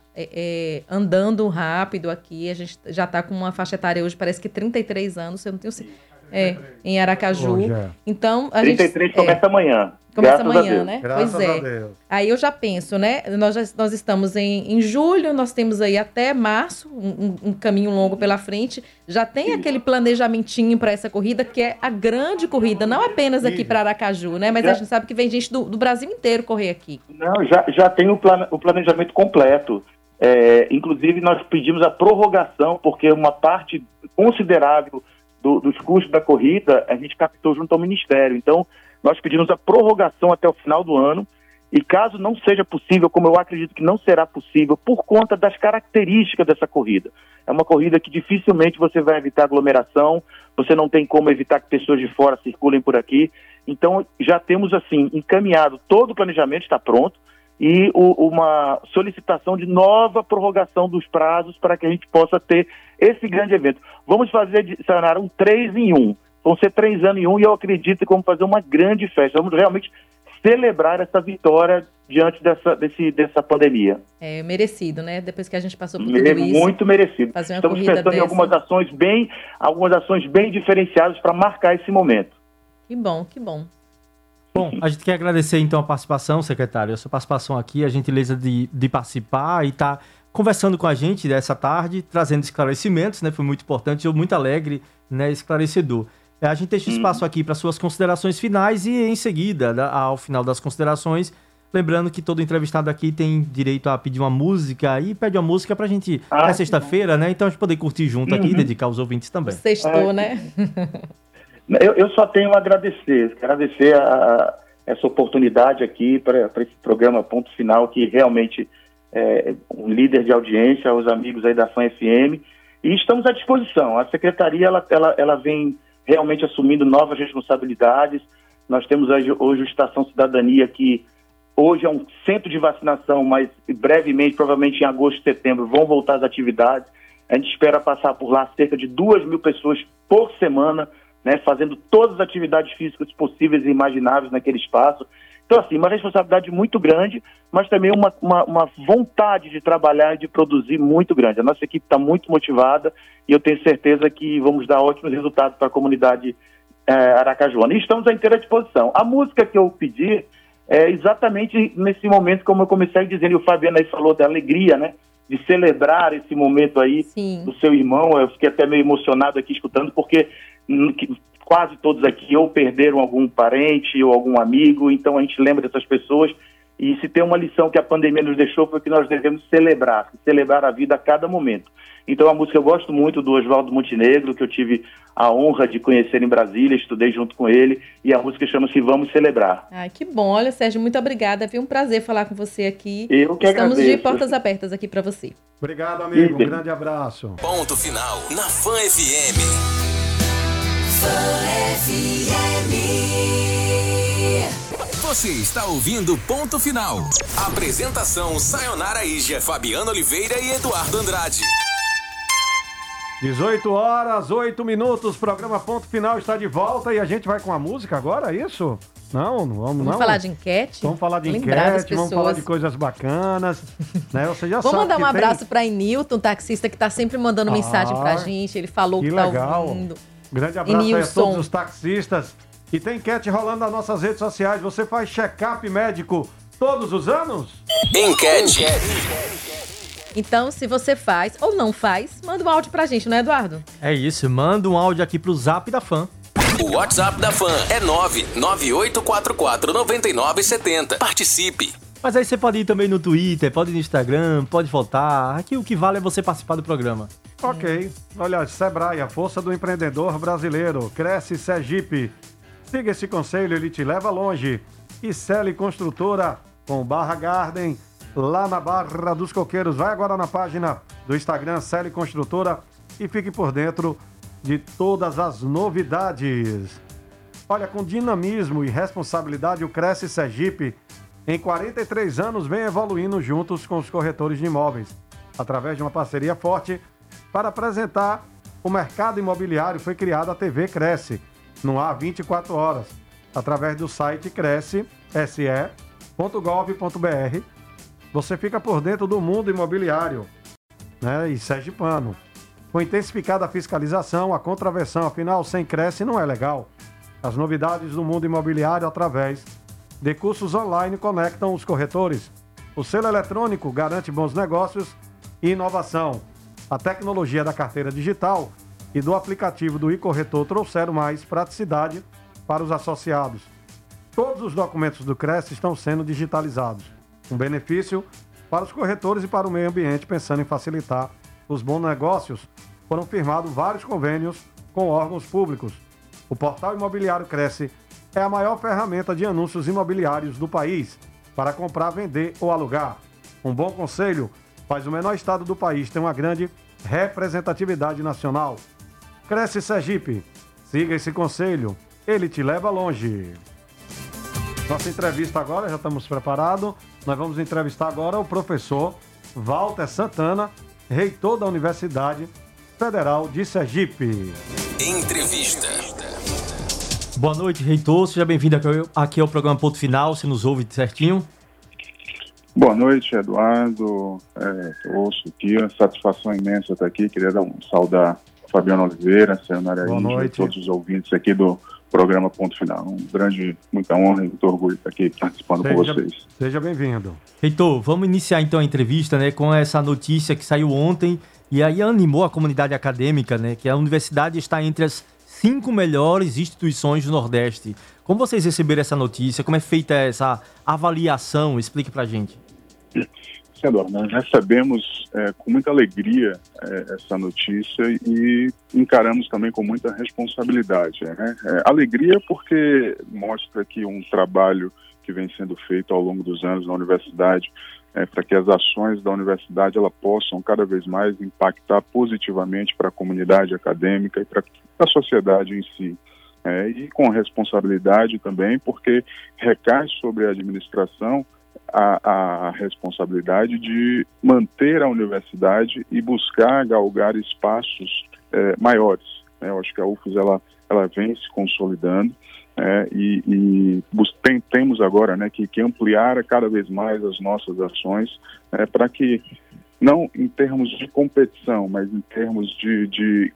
andando rápido aqui. A gente já está com uma faixa etária hoje, parece que 33 anos, eu não tenho certeza. Em Aracaju. Então, a 33 gente, começa amanhã. Começa amanhã, né? Graças pois é. a Deus. Aí eu já penso, né? Nós estamos em julho, nós temos aí até março, um caminho longo pela frente. Já tem aquele planejamentinho para essa corrida, que é a grande corrida, não apenas aqui para Aracaju, né? Mas a gente sabe que vem gente do Brasil inteiro correr aqui. Não, já tem o planejamento completo. Inclusive, nós pedimos a prorrogação, porque uma parte considerável dos custos da corrida a gente captou junto ao Ministério. Então, nós pedimos a prorrogação até o final do ano, e caso não seja possível, como eu acredito que não será possível, por conta das características dessa corrida. É uma corrida que dificilmente você vai evitar aglomeração, você não tem como evitar que pessoas de fora circulem por aqui. Então, já temos, assim, encaminhado, todo o planejamento está pronto, e uma solicitação de nova prorrogação dos prazos para que a gente possa ter esse grande evento. Vamos fazer, Sayonara, um 3 em 1. Vão ser 3 anos em 1 e eu acredito que vamos fazer uma grande festa. Vamos realmente celebrar essa vitória diante dessa pandemia. Merecido, né? Depois que a gente passou por tudo isso. Muito merecido. Estamos pensando em algumas ações bem diferenciadas para marcar esse momento. Que bom, que bom. Bom, a gente quer agradecer então a participação, secretário, a sua participação aqui, a gentileza de participar e estar conversando com a gente dessa tarde, trazendo esclarecimentos, né? Foi muito importante, eu muito alegre, né? Esclarecedor. A gente deixa espaço aqui para suas considerações finais e em seguida, ao final das considerações, lembrando que todo entrevistado aqui tem direito a pedir uma música e pede uma música pra gente, é sexta-feira, né? Então a gente poder curtir junto aqui e dedicar aos ouvintes também. Sextou, né? Eu só tenho a agradecer essa oportunidade aqui para esse programa Ponto Final, que realmente é um líder de audiência, aos amigos aí da Fã FM, e estamos à disposição. A Secretaria, ela vem realmente assumindo novas responsabilidades. Nós temos hoje o Estação Cidadania, que hoje é um centro de vacinação, mas brevemente, provavelmente em agosto, setembro, vão voltar às atividades. A gente espera passar por lá cerca de 2.000 pessoas por semana, né, fazendo todas as atividades físicas possíveis e imagináveis naquele espaço. Então, assim, uma responsabilidade muito grande, mas também uma vontade de trabalhar e de produzir muito grande. A nossa equipe está muito motivada e eu tenho certeza que vamos dar ótimos resultados para a comunidade aracajuana. E estamos à inteira disposição. A música que eu pedi é exatamente nesse momento, como eu comecei dizendo, e o Fabiano aí falou da alegria, né, de celebrar esse momento aí do seu irmão. Eu fiquei até meio emocionado aqui escutando, porque quase todos aqui ou perderam algum parente ou algum amigo, então a gente lembra dessas pessoas, e se tem uma lição que a pandemia nos deixou foi que nós devemos celebrar a vida a cada momento. Então a música eu gosto muito do Oswaldo Montenegro, que eu tive a honra de conhecer em Brasília, estudei junto com ele, e a música chama-se Vamos Celebrar. Ai, que bom. Olha, Sérgio, muito obrigada. Foi um prazer falar com você aqui. Eu que Estamos agradeço. de portas abertas aqui para você. Obrigado, amigo. Um grande abraço. Ponto Final na Fã FM. Você está ouvindo Ponto Final. Apresentação Sayonara Ija, Fabiano Oliveira e Eduardo Andrade. 18 horas, 8 minutos, programa Ponto Final está de volta e a gente vai com a música agora, é isso? Não vamos não. Vamos falar de enquete? Vamos falar de enquete, vamos falar de coisas bacanas, né? Você já Vamos sabe mandar um que abraço para Inilton, taxista, que tá sempre mandando mensagem pra gente, ele falou que tá legal. ouvindo. Grande abraço aí a todos os taxistas. E tem enquete rolando nas nossas redes sociais. Você faz check-up médico todos os anos? Enquete. Então, se você faz ou não faz, manda um áudio pra gente, não é, Eduardo? É isso, manda um áudio aqui pro Zap da Fã. O WhatsApp da Fã é 998449970. Participe. Mas aí você pode ir também no Twitter, pode ir no Instagram, pode votar. Aqui o que vale é você participar do programa. Ok. Olha, Sebrae, a força do empreendedor brasileiro. Cresce Sergipe. Siga esse conselho, ele te leva longe. E Celi Construtora com Barra Garden, lá na Barra dos Coqueiros. Vai agora na página do Instagram Celi Construtora e fique por dentro de todas as novidades. Olha, com dinamismo e responsabilidade, o Cresce Sergipe, em 43 anos, vem evoluindo juntos com os corretores de imóveis, através de uma parceria forte para apresentar o mercado imobiliário. Foi criada a TV Cresce, no ar 24 horas, através do site cresce.gov.br. Você fica por dentro do mundo imobiliário, né, e sergipano. Com intensificada fiscalização, a contravenção, afinal, sem Cresce não é legal. As novidades do mundo imobiliário através de cursos online conectam os corretores. O selo eletrônico garante bons negócios e inovação. A tecnologia da carteira digital e do aplicativo do e-corretor trouxeram mais praticidade para os associados. Todos os documentos do Cresce estão sendo digitalizados. Um benefício para os corretores e para o meio ambiente, pensando em facilitar os bons negócios. Foram firmados vários convênios com órgãos públicos. O portal imobiliário Cresce é a maior ferramenta de anúncios imobiliários do país para comprar, vender ou alugar. Um bom conselho faz o menor estado do país ter uma grande representatividade nacional. Cresce Sergipe. Siga esse conselho, ele te leva longe. Nossa entrevista agora, já estamos preparados. Nós vamos entrevistar agora o professor Walter Santana, reitor da Universidade Federal de Sergipe. Entrevista. Boa noite, reitor. Seja bem-vindo aqui ao programa Ponto Final. Você nos ouve certinho? Boa noite, Eduardo. Ouço aqui, uma satisfação imensa estar aqui. Queria saudar Fabiano Oliveira, Sayonara Boa Índia, noite. todos os ouvintes aqui do programa Ponto Final. Muita honra e muito orgulho estar aqui participando com vocês. Seja bem-vindo. Reitor, vamos iniciar então a entrevista, né, com essa notícia que saiu ontem e aí animou a comunidade acadêmica, né, que a universidade está entre as 5 melhores instituições do Nordeste. Como vocês receberam essa notícia? Como é feita essa avaliação? Explique pra gente. Eduardo, nós recebemos com muita alegria essa notícia e encaramos também com muita responsabilidade. Né? Alegria porque mostra que um trabalho que vem sendo feito ao longo dos anos na universidade, para que as ações da universidade ela possam cada vez mais impactar positivamente para a comunidade acadêmica e para a sociedade em si. E com responsabilidade também, porque recai sobre a administração a responsabilidade de manter a universidade e buscar galgar espaços maiores. Eu acho que a UFES ela vem se consolidando temos agora que ampliar cada vez mais as nossas ações para que, não em termos de competição, mas em termos de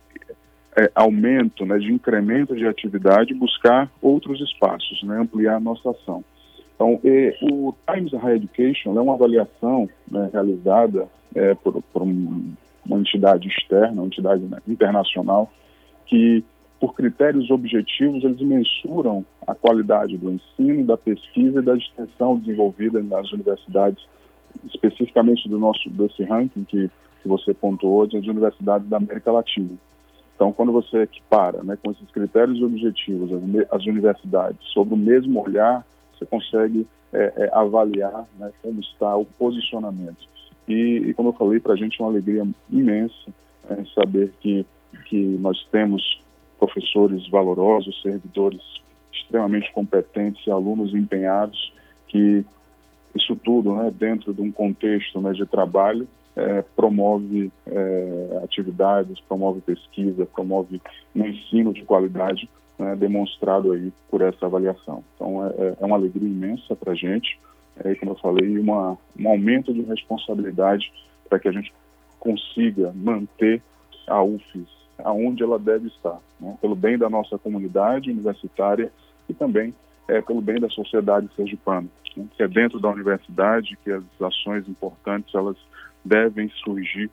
aumento, de incremento de atividade, buscar outros espaços, ampliar a nossa ação. Então, o Times Higher Education é uma avaliação realizada por uma entidade externa, uma entidade internacional, que, por critérios objetivos, eles mensuram a qualidade do ensino, da pesquisa e da extensão desenvolvida nas universidades, especificamente desse ranking que você pontuou, das universidades da América Latina. Então, quando você equipara com esses critérios objetivos as universidades sobre o mesmo olhar, você consegue avaliar como está o posicionamento. E como eu falei, para a gente é uma alegria imensa saber que nós temos professores valorosos, servidores extremamente competentes e alunos empenhados, que isso tudo, dentro de um contexto de trabalho, promove atividades, promove pesquisa, promove um ensino de qualidade, demonstrado aí por essa avaliação. Então, é uma alegria imensa para a gente, como eu falei, um aumento de responsabilidade para que a gente consiga manter a UFES aonde ela deve estar, pelo bem da nossa comunidade universitária e também pelo bem da sociedade sergipana, que é dentro da universidade que as ações importantes elas devem surgir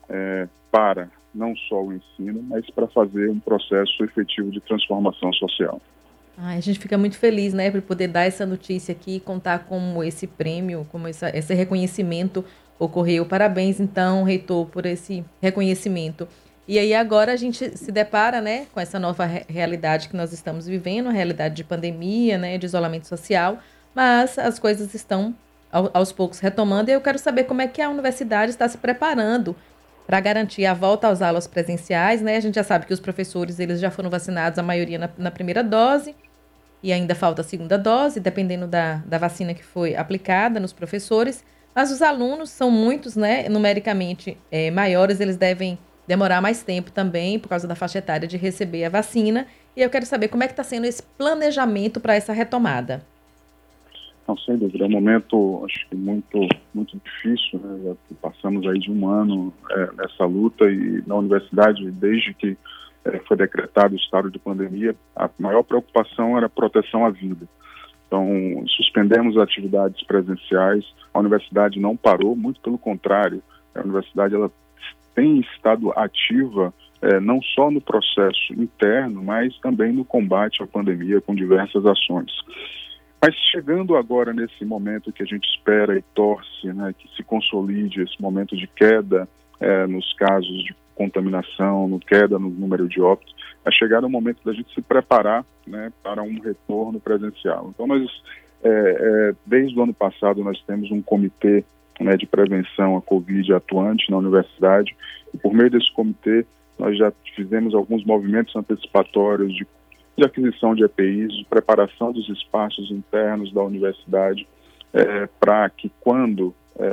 para não só o ensino, mas para fazer um processo efetivo de transformação social. A gente fica muito feliz, por poder dar essa notícia aqui e contar como esse prêmio, como esse reconhecimento ocorreu. Parabéns, então, reitor, por esse reconhecimento. E aí agora a gente se depara, com essa nova realidade que nós estamos vivendo, a realidade de pandemia, de isolamento social, mas as coisas estão aos poucos retomando, e eu quero saber como é que a universidade está se preparando para garantir a volta às aulas presenciais, A gente já sabe que os professores eles já foram vacinados, a maioria na primeira dose, e ainda falta a segunda dose, dependendo da vacina que foi aplicada nos professores, mas os alunos são muitos, numericamente maiores, eles devem demorar mais tempo também, por causa da faixa etária de receber a vacina, e eu quero saber como é que está sendo esse planejamento para essa retomada. Não, sem dúvida, é um momento, acho que muito, muito difícil, Já passamos aí de um ano nessa luta e na universidade, desde que foi decretado o estado de pandemia, a maior preocupação era a proteção à vida. Então, suspendemos atividades presenciais, a universidade não parou, muito pelo contrário, a universidade ela tem estado ativa não só no processo interno, mas também no combate à pandemia com diversas ações. Mas chegando agora nesse momento que a gente espera e torce, que se consolide esse momento de queda nos casos de contaminação, queda no número de óbitos, é chegar o momento da gente se preparar para um retorno presencial. Então, nós, desde o ano passado, nós temos um comitê de prevenção à Covid atuante na universidade, e por meio desse comitê, nós já fizemos alguns movimentos antecipatórios de aquisição de EPIs, de preparação dos espaços internos da universidade, para que quando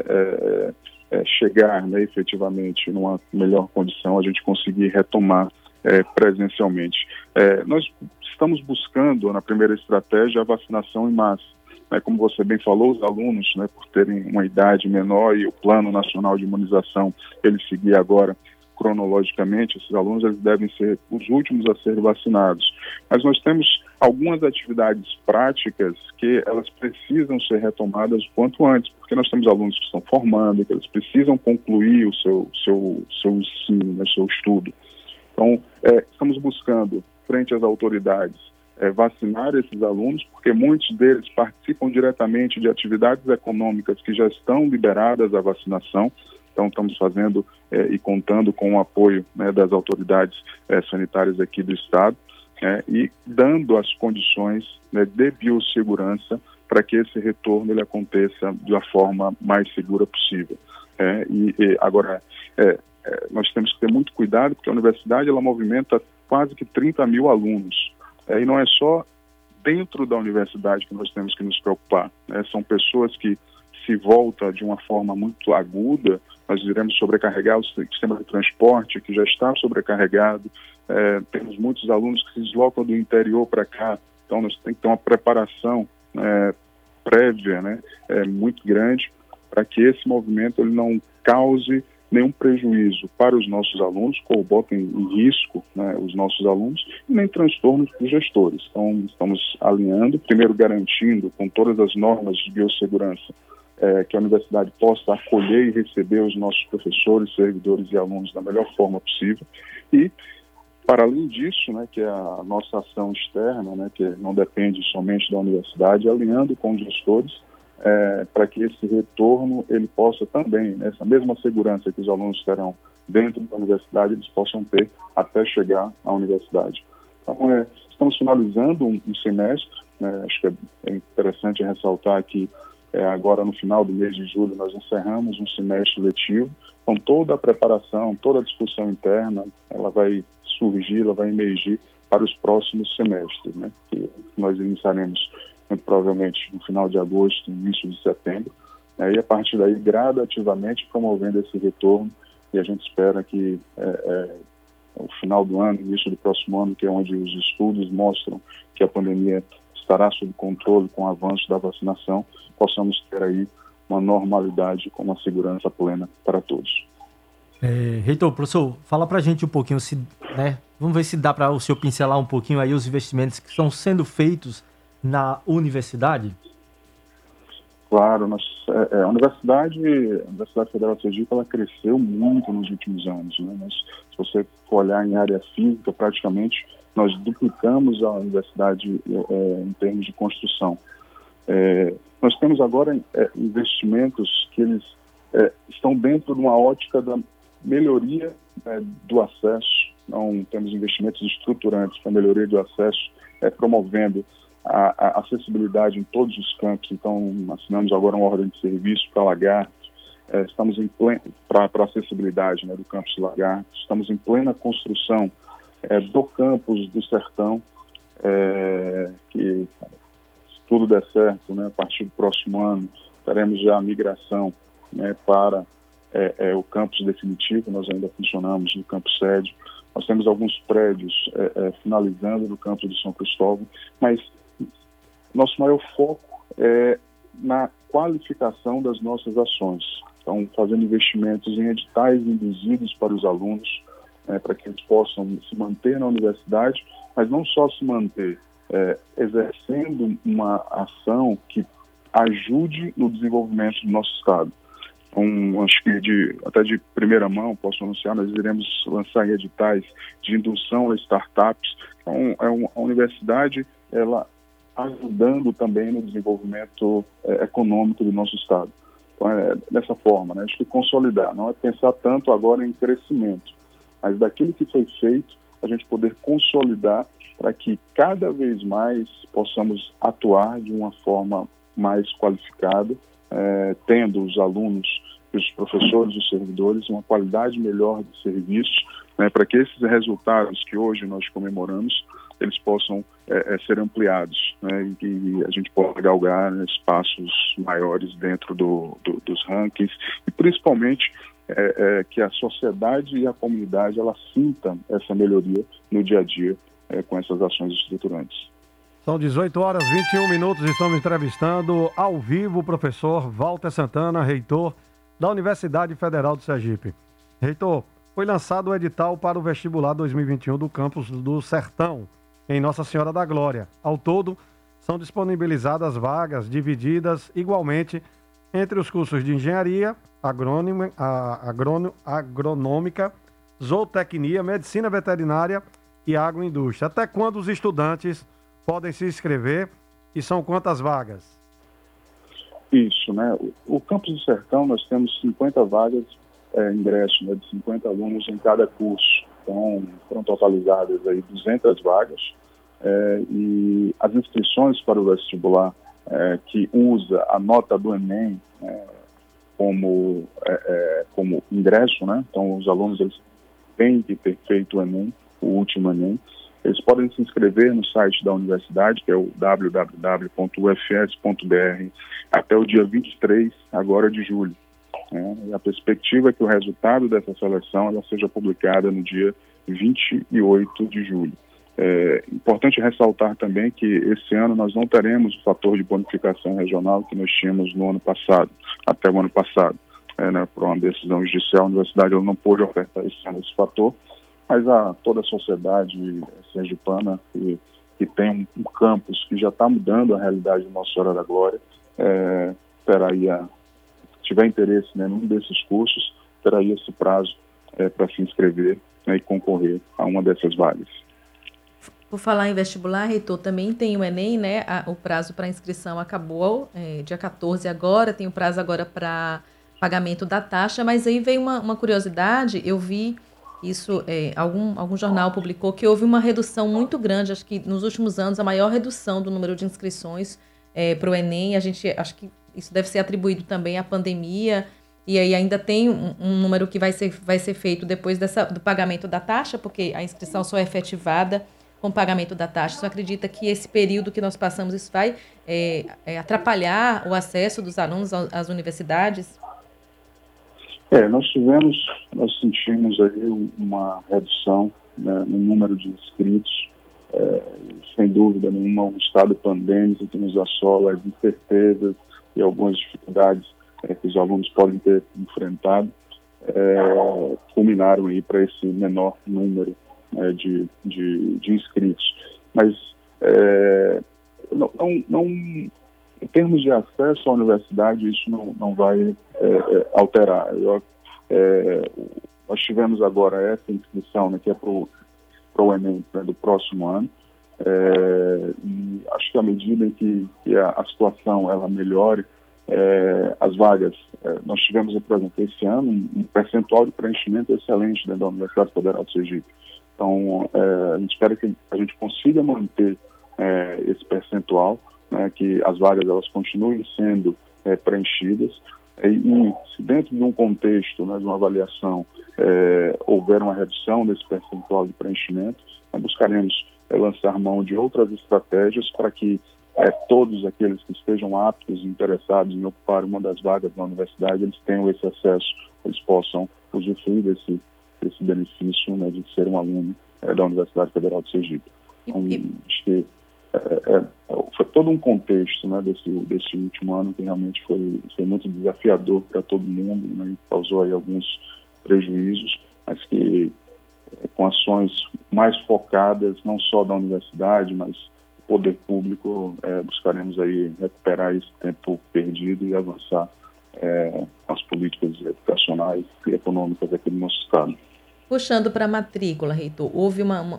chegar efetivamente numa melhor condição, a gente conseguir retomar presencialmente. Nós estamos buscando, na primeira estratégia, a vacinação em massa. Como você bem falou, os alunos, por terem uma idade menor e o Plano Nacional de Imunização, ele seguir agora cronologicamente, esses alunos eles devem ser os últimos a serem vacinados. Mas nós temos algumas atividades práticas que elas precisam ser retomadas o quanto antes, porque nós temos alunos que estão formando, que eles precisam concluir o seu ensino, o seu estudo. Então, estamos buscando, frente às autoridades, vacinar esses alunos, porque muitos deles participam diretamente de atividades econômicas que já estão liberadas à vacinação. Então, estamos fazendo e contando com o apoio, né, das autoridades sanitárias aqui do Estado, e dando as condições, né, de biossegurança para que esse retorno ele aconteça de uma forma mais segura possível. Agora, nós temos que ter muito cuidado, porque a universidade ela movimenta quase que 30 mil alunos. E não é só dentro da universidade que nós temos que nos preocupar, né? São pessoas que se volta de uma forma muito aguda, nós iremos sobrecarregar o sistema de transporte, que já está sobrecarregado. Temos muitos alunos que se deslocam do interior para cá, então nós temos que ter uma preparação prévia, né, muito grande, para que esse movimento ele não cause nenhum prejuízo para os nossos alunos, ou botem em risco, né, os nossos alunos, e nem transtornos para os gestores. Então, estamos alinhando, primeiro garantindo, com todas as normas de biossegurança, que a universidade possa acolher e receber os nossos professores, servidores e alunos da melhor forma possível. E, para além disso, né, que é a nossa ação externa, né, que não depende somente da universidade, alinhando com os gestores, para que esse retorno ele possa também, essa mesma segurança que os alunos terão dentro da universidade, eles possam ter até chegar à universidade. Então, estamos finalizando um semestre, né, acho que é interessante ressaltar que agora no final do mês de julho nós encerramos um semestre letivo, então toda a preparação, toda a discussão interna, ela vai surgir, ela vai emergir para os próximos semestres, né, que nós iniciaremos muito provavelmente no final de agosto, início de setembro, e a partir daí gradativamente promovendo esse retorno, e a gente espera que o final do ano, início do próximo ano, que é onde os estudos mostram que a pandemia estará sob controle com o avanço da vacinação, possamos ter aí uma normalidade com uma segurança plena para todos. Reitor, professor, fala para a gente um pouquinho, vamos ver se dá para o senhor pincelar um pouquinho aí os investimentos que estão sendo feitos na universidade? Claro, a Universidade Federal de Sergipe ela cresceu muito nos últimos anos, né? Se você for olhar em área física, praticamente nós duplicamos a universidade em termos de construção. Nós temos agora investimentos que eles estão dentro de uma ótica da melhoria do acesso. Então, temos investimentos estruturantes para melhoria do acesso, promovendo a acessibilidade em todos os campos. Então, assinamos agora uma ordem de serviço para Lagarto, estamos em para acessibilidade, né, do campus Lagarto, estamos em plena construção do campus do Sertão, que se tudo der certo, né, a partir do próximo ano, teremos já a migração, né, para o campus definitivo. Nós ainda funcionamos no campus sede, nós temos alguns prédios finalizando no campus de São Cristóvão, mas nosso maior foco é na qualificação das nossas ações. Então, fazendo investimentos em editais induzidos para os alunos, para que eles possam se manter na universidade, mas não só se manter, exercendo uma ação que ajude no desenvolvimento do nosso Estado. Então, acho que até de primeira mão, posso anunciar, nós iremos lançar editais de indução a startups. Então, a universidade, ela ajudando também no desenvolvimento econômico do nosso Estado. Então, dessa forma, né? Acho que consolidar, não é pensar tanto agora em crescimento, mas daquilo que foi feito, a gente poder consolidar para que cada vez mais possamos atuar de uma forma mais qualificada, tendo os alunos, os professores, os servidores, uma qualidade melhor de serviços, né, para que esses resultados que hoje nós comemoramos, eles possam ser ampliados, né, e a gente possa galgar, né, espaços maiores dentro dos rankings, e principalmente que a sociedade e a comunidade ela sinta essa melhoria no dia a dia com essas ações estruturantes. São 18 horas e 21 minutos, estamos entrevistando ao vivo o professor Walter Santana, reitor da Universidade Federal de Sergipe. Reitor, foi lançado o edital para o vestibular 2021 do campus do Sertão, em Nossa Senhora da Glória. Ao todo, são disponibilizadas vagas divididas igualmente entre os cursos de engenharia, agronômica, zootecnia, medicina veterinária e agroindústria. Até quando os estudantes podem se inscrever e são quantas vagas? Isso, né? O campus do Sertão, nós temos 50 vagas, ingresso, né, de 50 alunos em cada curso. Então, foram totalizadas aí 200 vagas e as inscrições para o vestibular que usa a nota do Enem como ingresso, né? Então, os alunos eles têm que ter feito o Enem, o último Enem. Eles podem se inscrever no site da universidade, que é o www.ufs.br, até o dia 23 agora de julho. E a perspectiva é que o resultado dessa seleção ela seja publicada no dia 28 de julho. É importante ressaltar também que esse ano nós não teremos o fator de bonificação regional que nós tínhamos no ano passado, até o ano passado. Por uma decisão judicial, a universidade ela não pôde ofertar esse ano esse fator, mas toda a sociedade sergipana que tem um campus que já está mudando a realidade de Nossa Senhora da Glória, terá aí, se tiver interesse, né, num desses cursos, terá aí esse prazo para se inscrever, né, e concorrer a uma dessas vagas. Por falar em vestibular, reitor, também tem o Enem, né? O prazo para inscrição acabou, dia 14 agora, tem o prazo agora para pagamento da taxa, mas aí veio uma curiosidade, eu vi isso, algum jornal publicou que houve uma redução muito grande, acho que nos últimos anos a maior redução do número de inscrições para o Enem, acho que isso deve ser atribuído também à pandemia, e aí ainda tem um número que vai ser feito depois do pagamento da taxa, porque a inscrição só é efetivada com o pagamento da taxa. Você acredita que esse período que nós passamos, isso vai atrapalhar o acesso dos alunos às universidades? Nós sentimos aí uma redução, né, no número de inscritos, sem dúvida nenhuma, um estado pandêmico que nos assola, as incertezas e algumas dificuldades que os alunos podem ter enfrentado, culminaram aí para esse menor número de inscritos. Mas em termos de acesso à universidade, isso não vai alterar. Nós tivemos agora essa inscrição, né, que é para o Enem, né, do próximo ano, e acho que à medida em que a situação ela melhore, as vagas, nós tivemos, por exemplo, esse ano um percentual de preenchimento excelente dentro da Universidade Federal de Sergipe. Então, a gente espera que a gente consiga manter esse percentual, né, que as vagas elas continuem sendo preenchidas, e se dentro de um contexto, né, de uma avaliação, houver uma redução desse percentual de preenchimento, nós buscaremos lançar mão de outras estratégias para que todos aqueles que estejam aptos e interessados em ocupar uma das vagas da universidade, eles tenham esse acesso, eles possam usufruir desse benefício, né, de ser um aluno da Universidade Federal de Sergipe. Então, acho que foi todo um contexto, né, desse último ano que realmente foi muito desafiador para todo mundo, né, e causou aí alguns prejuízos, mas que com ações mais focadas, não só da universidade, mas do poder público, buscaremos aí recuperar esse tempo perdido e avançar as políticas educacionais e econômicas aqui no nosso estado. Puxando para a matrícula, reitor, houve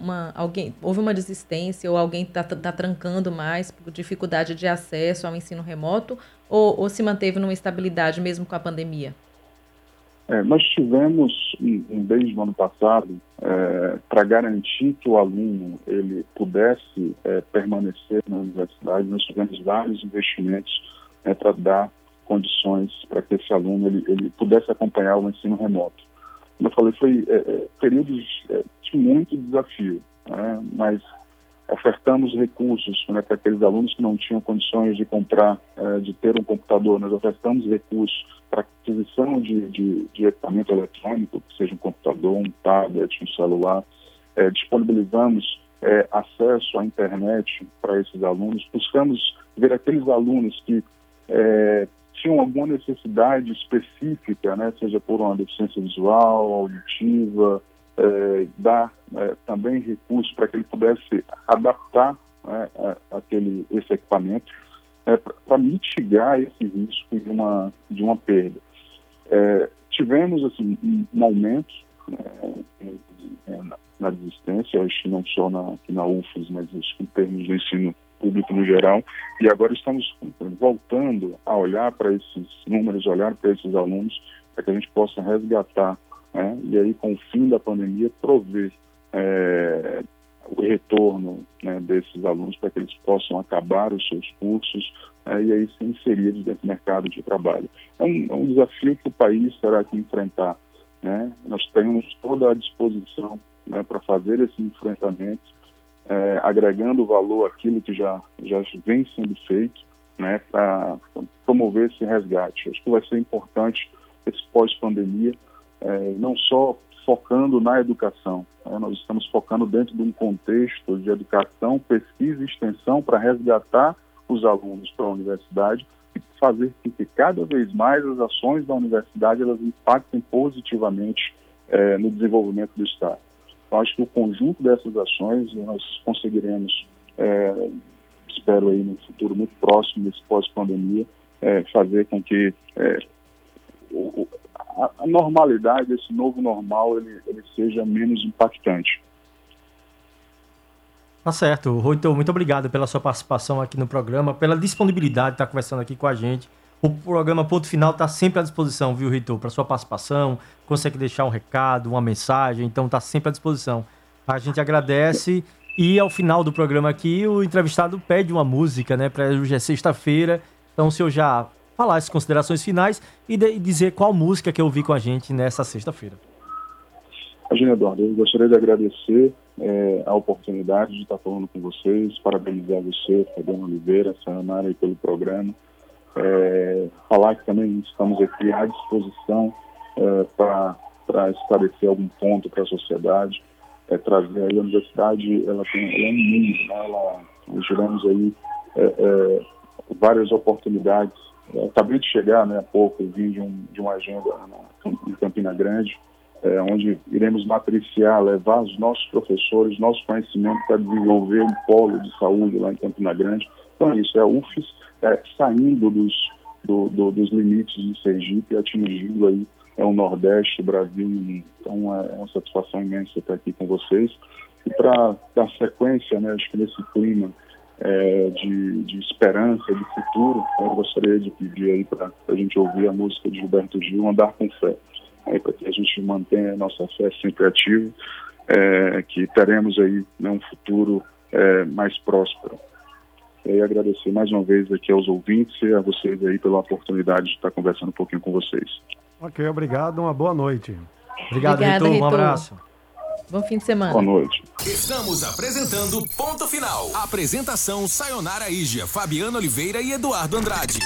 uma desistência ou alguém está trancando mais por dificuldade de acesso ao ensino remoto ou se manteve numa estabilidade mesmo com a pandemia? Nós tivemos, desde o ano passado, para garantir que o aluno ele pudesse permanecer na universidade, nós tivemos vários investimentos para dar condições para que esse aluno ele pudesse acompanhar o ensino remoto. Como eu falei, foi períodos de muito desafio, né? Mas ofertamos recursos, né, para aqueles alunos que não tinham condições de comprar, de ter um computador. Nós ofertamos recursos para aquisição de equipamento eletrônico, que seja um computador, um tablet, um celular. Disponibilizamos acesso à internet para esses alunos. Buscamos ver aqueles alunos que evidenciam alguma necessidade específica, né, seja por uma deficiência visual, auditiva, dar também recursos para que ele pudesse adaptar, né, esse equipamento para mitigar esse risco de uma perda. Tivemos assim, um aumento na desistência, acho que não só aqui na UFES, mas acho que em termos do ensino público no geral, e agora estamos voltando a olhar para esses números, olhar para esses alunos, para que a gente possa resgatar, né, e aí com o fim da pandemia prover o retorno, né, desses alunos para que eles possam acabar os seus cursos e aí ser inseridos dentro do mercado de trabalho. É um desafio que o país terá que enfrentar, né? Nós temos toda a disposição, né, para fazer esse enfrentamento, agregando valor àquilo que já vem sendo feito, né, para promover esse resgate. Acho que vai ser importante esse pós-pandemia, não só focando na educação, nós estamos focando dentro de um contexto de educação, pesquisa e extensão para resgatar os alunos para a universidade e fazer com que cada vez mais as ações da universidade elas impactem positivamente no desenvolvimento do Estado. Então, acho que o conjunto dessas ações nós conseguiremos, espero aí no futuro muito próximo, nesse pós-pandemia, fazer com que a normalidade, esse novo normal, ele seja menos impactante. Tá certo. Roito, muito obrigado pela sua participação aqui no programa, pela disponibilidade de estar conversando aqui com a gente. O programa Ponto Final está sempre à disposição, viu, Roito, para sua participação. Consegue deixar um recado, uma mensagem, então está sempre à disposição. A gente agradece e ao final do programa aqui o entrevistado pede uma música, né, para hoje é sexta-feira. Então, se eu já falar as considerações finais e dizer qual música que eu ouvi com a gente nessa sexta-feira. Imagina, Eduardo, eu gostaria de agradecer a oportunidade de estar falando com vocês, parabenizar você, Fabiano Oliveira, Sayonara, aí pelo programa. Falar que também estamos aqui à disposição para esclarecer algum ponto para a sociedade, trazer aí a universidade, ela é um mundo, né? Nós geramos aí várias oportunidades. Eu acabei de chegar, né, há pouco, eu vim de uma agenda em Campina Grande, onde iremos matriciar, levar os nossos professores, nosso conhecimento para desenvolver um polo de saúde lá em Campina Grande. Então é isso, a UFES saindo dos limites de Sergipe e atingindo aí o Nordeste, o Brasil. Então é uma satisfação imensa estar aqui com vocês. E para dar sequência, né, acho que nesse clima de esperança, de futuro, eu gostaria de pedir aí para a gente ouvir a música de Gilberto Gil, Andar com Fé, para que a gente mantenha a nossa fé sempre ativa, que teremos aí, né, um futuro mais próspero. E agradecer mais uma vez aqui aos ouvintes e a vocês aí pela oportunidade de estar conversando um pouquinho com vocês. Ok, obrigado, uma boa noite. Obrigado, Ritor, um abraço. Bom fim de semana. Boa noite. Estamos apresentando Ponto Final. Apresentação Sayonara Igia, Fabiano Oliveira e Eduardo Andrade.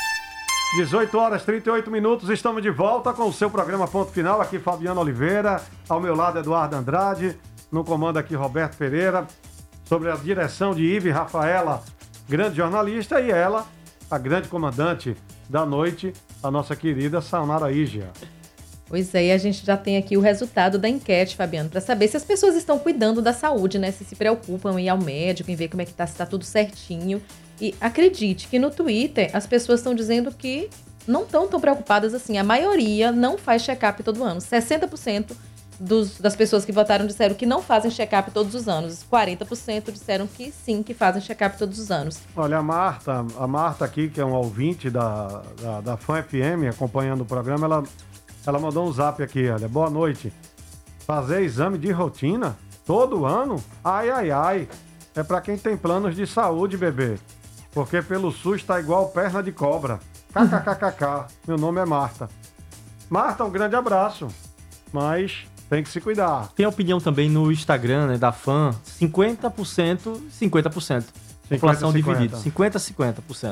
18 horas 38 minutos, estamos de volta com o seu programa Ponto Final. Aqui Fabiano Oliveira, ao meu lado Eduardo Andrade, no comando aqui Roberto Pereira, sobre a direção de Ive Rafaela, grande jornalista, e ela, a grande comandante da noite, a nossa querida Sayonara Igia. Pois é, e a gente já tem aqui o resultado da enquete, Fabiano, para saber se as pessoas estão cuidando da saúde, né? Se preocupam em ir ao médico, em ver como é que tá, se tá tudo certinho. E acredite que no Twitter as pessoas estão dizendo que não estão tão preocupadas assim. A maioria não faz check-up todo ano. 60% das pessoas que votaram disseram que não fazem check-up todos os anos. 40% disseram que sim, que fazem check-up todos os anos. Olha, a Marta aqui, que é um ouvinte da Fã FM, acompanhando o programa, ela mandou um zap aqui, olha. Boa noite. Fazer exame de rotina todo ano? Ai, ai, ai. É pra quem tem planos de saúde, bebê. Porque pelo SUS tá igual perna de cobra. KKKKK. Meu nome é Marta. Marta, um grande abraço. Mas tem que se cuidar. Tem opinião também no Instagram, né, da Fã. 50%, 50%. População dividida. 50%, 50%.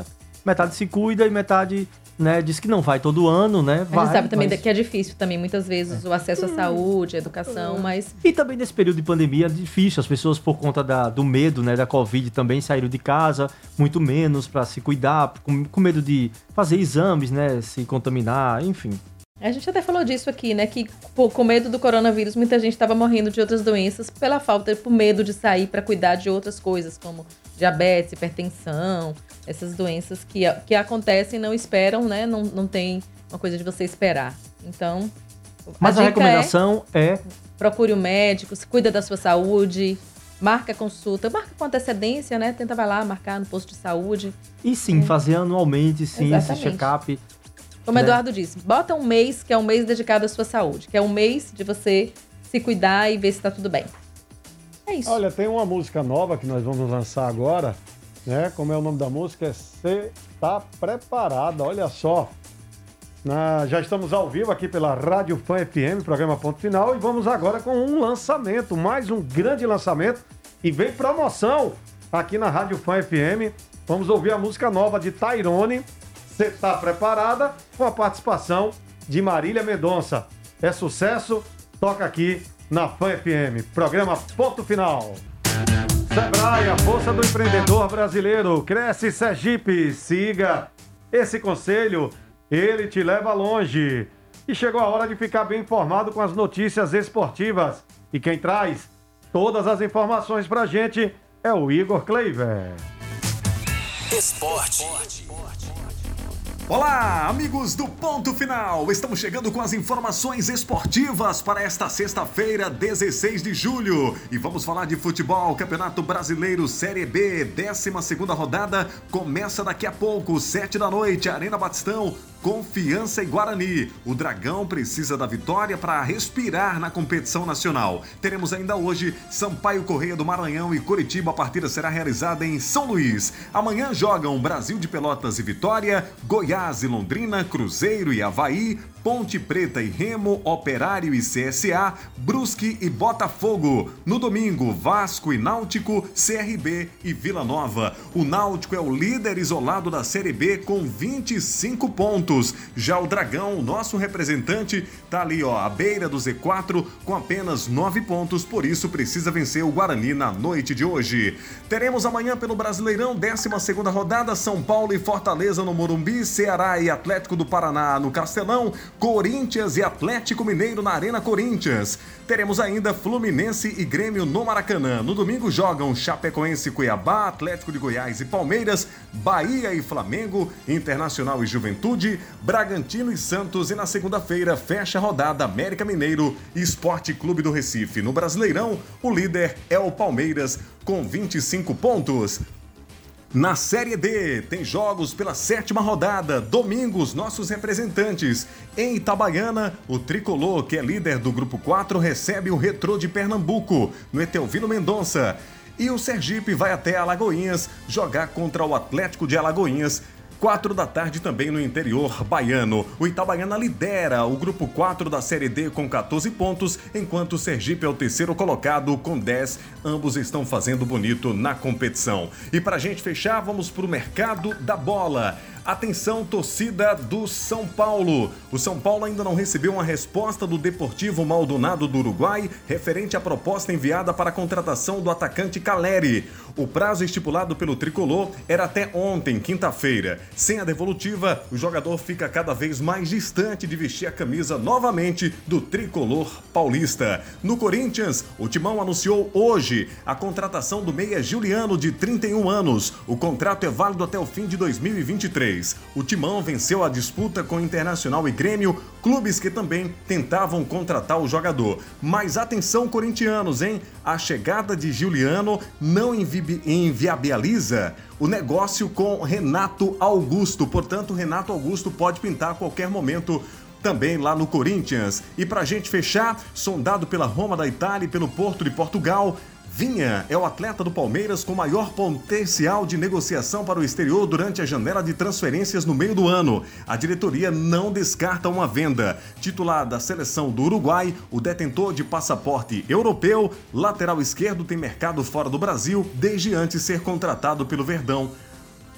metade se cuida e metade, né, diz que não vai todo ano, né? A gente sabe também que é difícil também, muitas vezes, o acesso à saúde, à educação, mas... E também nesse período de pandemia é difícil, as pessoas por conta do medo, né, da Covid também saíram de casa, muito menos para se cuidar, com medo de fazer exames, né, se contaminar, enfim. A gente até falou disso aqui, né, que com medo do coronavírus, muita gente estava morrendo de outras doenças por medo de sair para cuidar de outras coisas, como diabetes, hipertensão, essas doenças que acontecem e não esperam, né, não tem uma coisa de você esperar. Então, mas a recomendação é... Procure o médico, se cuida da sua saúde, marca a consulta, marca com antecedência, né, tenta vai lá marcar no posto de saúde. E sim, fazer anualmente, sim, esse check-up. Como o Eduardo disse, bota um mês que é um mês dedicado à sua saúde, que é um mês de você se cuidar e ver se tá tudo bem. É isso. Olha, tem uma música nova que nós vamos lançar agora, né? Como é o nome da música? É Cê Tá Preparada, olha só. Já estamos ao vivo aqui pela Rádio Fã FM, programa Ponto Final, e vamos agora com um lançamento, mais um grande lançamento, e vem promoção aqui na Rádio Fã FM. Vamos ouvir a música nova de Tairone, Você Tá Preparada, com a participação de Marília Mendonça. É sucesso, toca aqui na Fã FM. Programa Ponto Final. Sebrae, a força do empreendedor brasileiro. Cresce Sergipe, siga esse conselho, ele te leva longe. E chegou a hora de ficar bem informado com as notícias esportivas. E quem traz todas as informações pra gente é o Igor Kleiber. Esporte. Olá, amigos do Ponto Final! Estamos chegando com as informações esportivas para esta sexta-feira, 16 de julho. E vamos falar de futebol, Campeonato Brasileiro Série B, 12ª rodada, começa daqui a pouco, 7 da noite, Arena Batistão, Confiança e Guarani. O Dragão precisa da vitória para respirar na competição nacional. Teremos ainda hoje Sampaio Corrêa do Maranhão e Coritiba. A partida será realizada em São Luís. Amanhã jogam Brasil de Pelotas e Vitória, Goiás e Londrina, Cruzeiro e Avaí, Ponte Preta e Remo, Operário e CSA, Brusque e Botafogo. No domingo, Vasco e Náutico, CRB e Vila Nova. O Náutico é o líder isolado da Série B com 25 pontos. Já o Dragão, nosso representante, tá ali à beira do Z4 com apenas 9 pontos, por isso precisa vencer o Guarani na noite de hoje. Teremos amanhã pelo Brasileirão, 12ª rodada, São Paulo e Fortaleza no Morumbi, Ceará e Atlético do Paraná no Castelão, Corinthians e Atlético Mineiro na Arena Corinthians. Teremos ainda Fluminense e Grêmio no Maracanã. No domingo jogam Chapecoense e Cuiabá, Atlético de Goiás e Palmeiras, Bahia e Flamengo, Internacional e Juventude, Bragantino e Santos. E na segunda-feira fecha a rodada América Mineiro e Esporte Clube do Recife. No Brasileirão, o líder é o Palmeiras com 25 pontos. Na Série D, tem jogos pela 7ª rodada. Domingos, nossos representantes. Em Itabaiana, o Tricolor, que é líder do Grupo 4, recebe o Retrô de Pernambuco, no Etelvino Mendonça. E o Sergipe vai até Alagoinhas jogar contra o Atlético de Alagoinhas, 4 da tarde também no interior baiano. O Itabaiana lidera o Grupo 4 da Série D com 14 pontos, enquanto o Sergipe é o terceiro colocado com 10. Ambos estão fazendo bonito na competição. E pra gente fechar, vamos pro mercado da bola. Atenção, torcida do São Paulo. O São Paulo ainda não recebeu uma resposta do Deportivo Maldonado do Uruguai referente à proposta enviada para a contratação do atacante Caleri. O prazo estipulado pelo tricolor era até ontem, quinta-feira. Sem a devolutiva, o jogador fica cada vez mais distante de vestir a camisa novamente do tricolor paulista. No Corinthians, o Timão anunciou hoje a contratação do meia Juliano, de 31 anos. O contrato é válido até o fim de 2023. O Timão venceu a disputa com Internacional e Grêmio, clubes que também tentavam contratar o jogador. Mas atenção, corintianos, hein? A chegada de Juliano não inviabiliza o negócio com Renato Augusto. Portanto, Renato Augusto pode pintar a qualquer momento também lá no Corinthians. E pra gente fechar, sondado pela Roma da Itália e pelo Porto de Portugal, Vinha é o atleta do Palmeiras com maior potencial de negociação para o exterior durante a janela de transferências no meio do ano. A diretoria não descarta uma venda. Titular da seleção do Uruguai, o detentor de passaporte europeu, lateral esquerdo, tem mercado fora do Brasil desde antes de ser contratado pelo Verdão.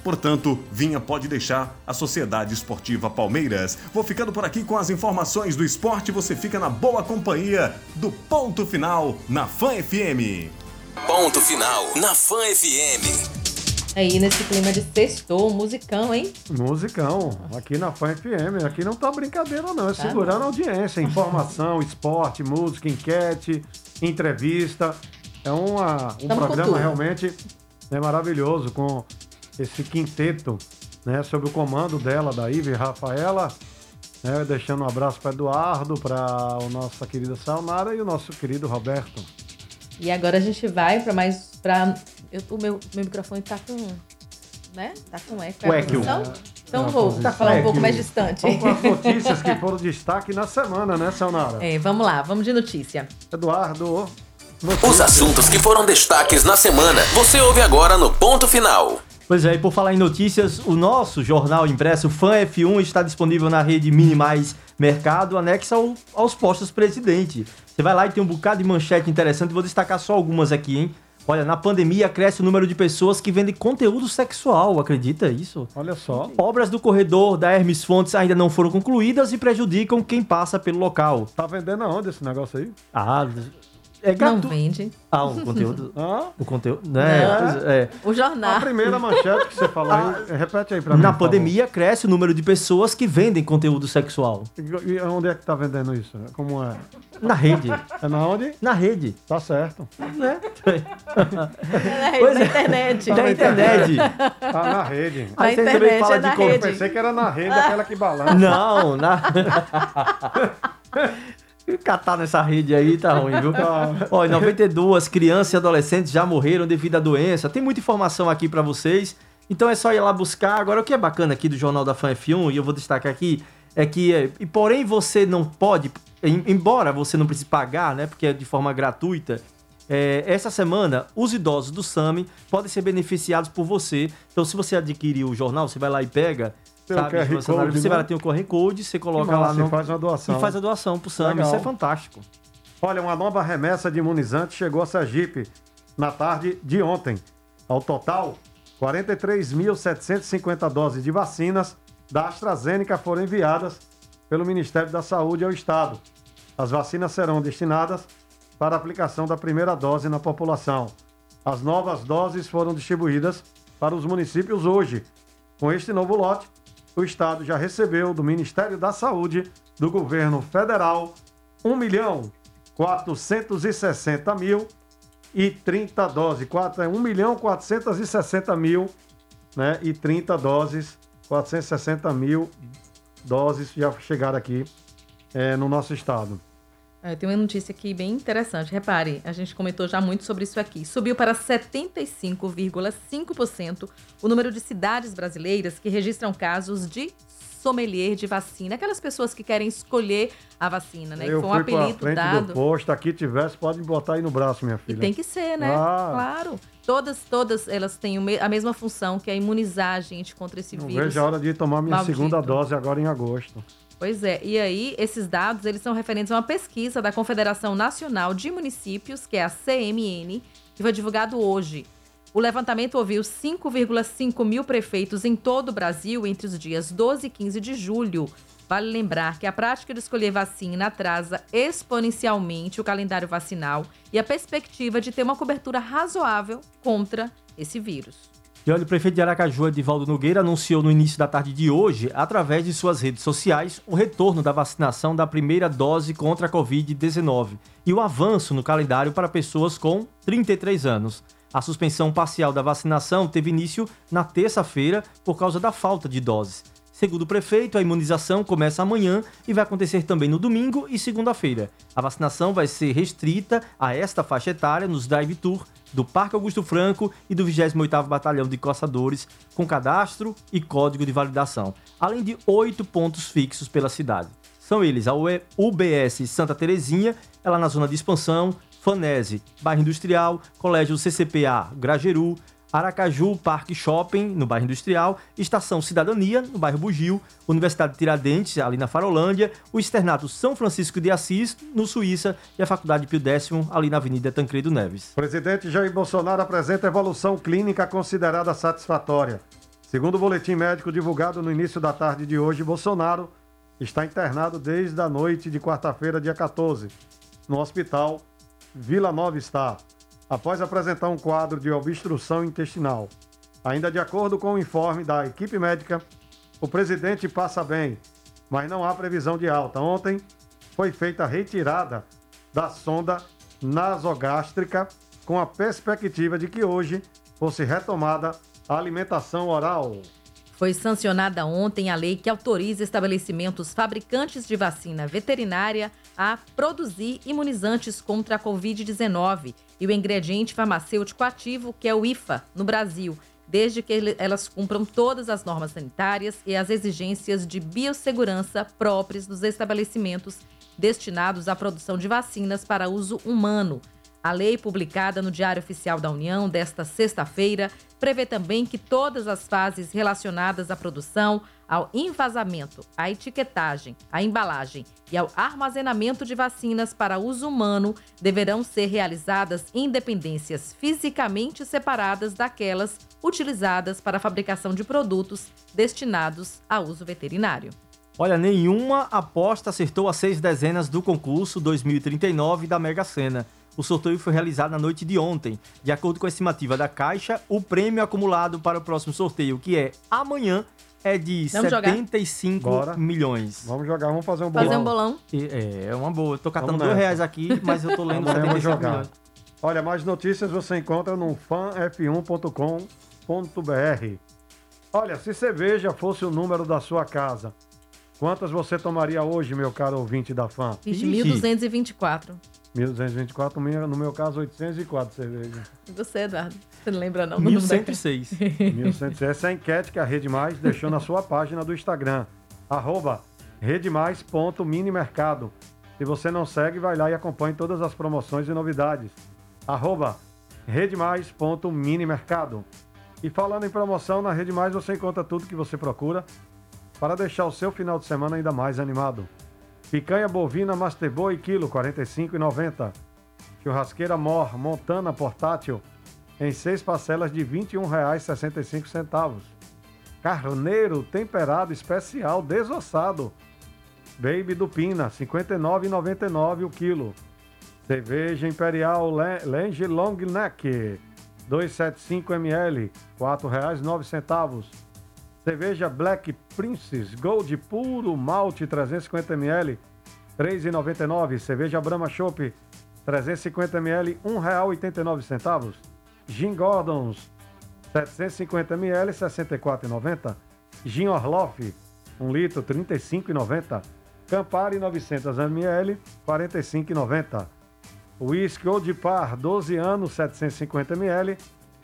Portanto, Vinha pode deixar a Sociedade Esportiva Palmeiras. Vou ficando por aqui com as informações do esporte. Você fica na boa companhia do Ponto Final na Fã FM. Ponto Final na Fã FM. Aí, nesse clima de sextou, musicão, hein? Musicão, aqui na Fã FM. Aqui não tá brincadeira, não. É segurando a audiência. Informação, esporte, música, enquete, entrevista. É um programa realmente maravilhoso, com esse quinteto, né, sob o comando dela, da Ive e Rafaela, né, deixando um abraço para Eduardo, para a nossa querida Sayonara e o nosso querido Roberto. E agora a gente vai para mais... O meu microfone tá com... né? Tá com eco. Então vou falar um pouco mais distante. Vamos com as notícias que foram destaque na semana, né, Sayonara? Vamos lá, vamos de notícia. Eduardo... Os assuntos que foram destaques na semana, você ouve agora no Ponto Final. Pois é, e por falar em notícias, o nosso jornal impresso Fã F1 está disponível na rede Minimais Mercado, anexa aos postos Presidente. Você vai lá e tem um bocado de manchete interessante, vou destacar só algumas aqui, hein? Olha, na pandemia cresce o número de pessoas que vendem conteúdo sexual, acredita isso? Olha só. Obras do corredor da Hermes Fontes ainda não foram concluídas e prejudicam quem passa pelo local. Tá vendendo aonde esse negócio aí? Não vende. O conteúdo. O conteúdo, né? O jornal. A primeira manchete que você falou aí, repete aí pra mim. Na pandemia cresce o número de pessoas que vendem conteúdo sexual. E onde é que tá vendendo isso? Como é? Na rede. É na onde? Na rede. Tá certo. Né? Na internet. Na internet. Tá na rede. Na internet fala de Eu pensei que era na rede, aquela que balança. Não, catar nessa rede aí tá ruim, viu? Olha, 92 crianças e adolescentes já morreram devido à doença. Tem muita informação aqui pra vocês, então é só ir lá buscar. Agora, o que é bacana aqui do Jornal da Fã F1, e eu vou destacar aqui, é que, porém, você não pode, embora você não precise pagar, né, porque é de forma gratuita, essa semana, os idosos do SAMI podem ser beneficiados por você. Então, se você adquirir o jornal, você vai lá e pega... Você vai lá, tem o QR Code, você coloca lá e faz uma doação. E faz a doação pro SAMI, isso é fantástico. Olha, uma nova remessa de imunizante chegou a Sergipe na tarde de ontem. Ao total, 43.750 doses de vacinas da AstraZeneca foram enviadas pelo Ministério da Saúde ao Estado. As vacinas serão destinadas para a aplicação da primeira dose na população. As novas doses foram distribuídas para os municípios hoje. Com este novo lote, o Estado já recebeu do Ministério da Saúde do Governo Federal 1.460.030 doses. 1.460.000, né, e 30 doses, 460.000 doses já chegaram aqui no nosso estado. Tem uma notícia aqui bem interessante. Repare, a gente comentou já muito sobre isso aqui. Subiu para 75,5% o número de cidades brasileiras que registram casos de sommelier de vacina. Aquelas pessoas que querem escolher a vacina, né? Eu que foi um apelido pra frente dado. Do posto, aqui tivesse, pode botar aí no braço, minha filha. E tem que ser, né? Claro. Todas elas têm a mesma função, que é imunizar a gente contra esse vírus. Não vejo a hora de tomar minha segunda dose agora em agosto. Pois é, e aí esses dados eles são referentes a uma pesquisa da Confederação Nacional de Municípios, que é a CMN, que foi divulgado hoje. O levantamento ouviu 5,5 mil prefeitos em todo o Brasil entre os dias 12 e 15 de julho. Vale lembrar que a prática de escolher vacina atrasa exponencialmente o calendário vacinal e a perspectiva de ter uma cobertura razoável contra esse vírus. E olha, o prefeito de Aracaju, Edivaldo Nogueira, anunciou no início da tarde de hoje, através de suas redes sociais, o retorno da vacinação da primeira dose contra a Covid-19 e o avanço no calendário para pessoas com 33 anos. A suspensão parcial da vacinação teve início na terça-feira por causa da falta de doses. Segundo o prefeito, a imunização começa amanhã e vai acontecer também no domingo e segunda-feira. A vacinação vai ser restrita a esta faixa etária nos drive-tour do Parque Augusto Franco e do 28º Batalhão de Caçadores, com cadastro e código de validação, além de 8 pontos fixos pela cidade. São eles a UBS Santa Terezinha, ela na zona de expansão, Fanese, Bairro Industrial, Colégio CCPA Grajeru, Aracaju Parque Shopping, no bairro Industrial, Estação Cidadania, no bairro Bugio, Universidade de Tiradentes, ali na Farolândia, o Externato São Francisco de Assis, no Suíça, e a Faculdade Pio X, ali na Avenida Tancredo Neves. O presidente Jair Bolsonaro apresenta evolução clínica considerada satisfatória. Segundo o boletim médico divulgado no início da tarde de hoje, Bolsonaro está internado desde a noite de quarta-feira, dia 14, no hospital Vila Nova Star, após apresentar um quadro de obstrução intestinal. Ainda de acordo com o informe da equipe médica, o presidente passa bem, mas não há previsão de alta. Ontem foi feita a retirada da sonda nasogástrica com a perspectiva de que hoje fosse retomada a alimentação oral. Foi sancionada ontem a lei que autoriza estabelecimentos fabricantes de vacina veterinária a produzir imunizantes contra a Covid-19 e o ingrediente farmacêutico ativo, que é o IFA, no Brasil, desde que elas cumpram todas as normas sanitárias e as exigências de biossegurança próprias dos estabelecimentos destinados à produção de vacinas para uso humano. A lei, publicada no Diário Oficial da União desta sexta-feira, prevê também que todas as fases relacionadas à produção, ao envasamento, à etiquetagem, à embalagem e ao armazenamento de vacinas para uso humano deverão ser realizadas em dependências fisicamente separadas daquelas utilizadas para a fabricação de produtos destinados a uso veterinário. Olha, nenhuma aposta acertou as 6 dezenas do concurso 2039 da Mega Sena. O sorteio foi realizado na noite de ontem. De acordo com a estimativa da Caixa, o prêmio acumulado para o próximo sorteio, que é amanhã, é de 75 milhões. Vamos jogar, vamos fazer um bolão. Fazer um bolão? É uma boa. Eu tô catando R$2 aqui, mas eu tô lendo 75 milhões. Olha, mais notícias você encontra no fanf1.com.br. Olha, se cerveja fosse o número da sua casa, quantas você tomaria hoje, meu caro ouvinte da Fan? 1.224. 1.224, no meu caso, 804 cerveja. E você, Eduardo? Você não lembra não? 1.106. 1.106. Essa é a enquete que a Rede Mais deixou na sua página do Instagram, @redemais.minimercado. Se você não segue, vai lá e acompanhe todas as promoções e novidades. @redemais.minimercado. E falando em promoção, na Rede Mais você encontra tudo que você procura para deixar o seu final de semana ainda mais animado. Picanha bovina Master Boi, quilo, R$ 45,90. Churrasqueira Mor Montana portátil, em 6 parcelas de R$ 21,65. Carneiro temperado especial desossado, Baby do Pina, R$ 59,99 o quilo. Cerveja Imperial Lange Long Neck, 275 ml, R$ 4,09. Cerveja Black Princess Gold Puro Malte 350ml, R$ 3,99. Cerveja Brahma Chopp 350ml, R$ 1,89. Gin Gordons 750ml, R$ 64,90. Gin Orloff 1 litro, R$ 35,90. Campari 900ml, R$ 45,90. Whisky Old Par 12 anos 750ml, R$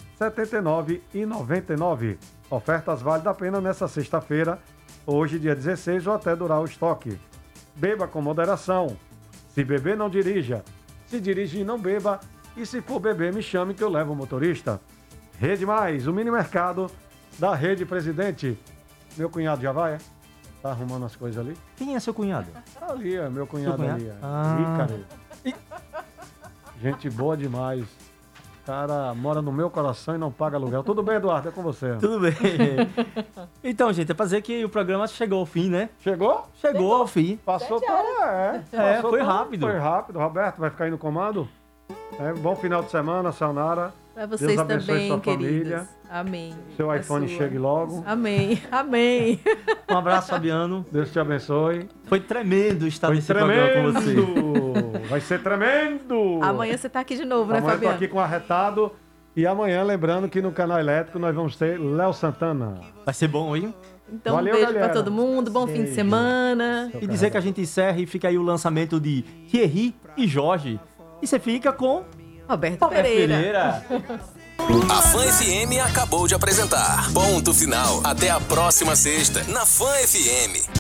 79,99. Ofertas válidas apenas nesta sexta-feira, hoje dia 16, ou até durar o estoque. Beba com moderação. Se beber, não dirija. Se dirigir, não beba. E se for beber, me chame que eu levo o motorista. Rede Mais, o mini mercado da Rede Presidente. Meu cunhado já vai, é? Tá arrumando as coisas ali? Quem é seu cunhado? Ali, é meu cunhado ali. É. Ah. Gente boa demais. Cara, mora no meu coração e não paga aluguel. Tudo bem, Eduardo? É com você. Tudo bem. Então, gente, é pra dizer que o programa chegou ao fim, né? Chegou? Chegou ao fim. Passou tudo. Foi rápido. Foi rápido. Roberto, vai ficar aí no comando? Bom final de semana, Sayonara. Pra vocês Deus abençoe também, sua queridos. Família. Amém. Seu iPhone chegue logo. Amém. Amém. Um abraço, Fabiano. Deus te abençoe. Foi tremendo estar nesse programa com você. Vai ser tremendo. Amanhã você tá aqui de novo, né, Fabiano? Fabiano? Eu tô aqui com o Arretado. E amanhã, lembrando que no canal elétrico nós vamos ter Léo Santana. Vai ser bom, hein? Então, Valeu, um beijo galera. pra todo mundo, bom fim de semana. E dizer que a gente encerra e fica aí o lançamento de Thierry e Jorge. E você fica com Roberto Pereira. A Fan FM acabou de apresentar Ponto Final. Até a próxima sexta na Fan FM.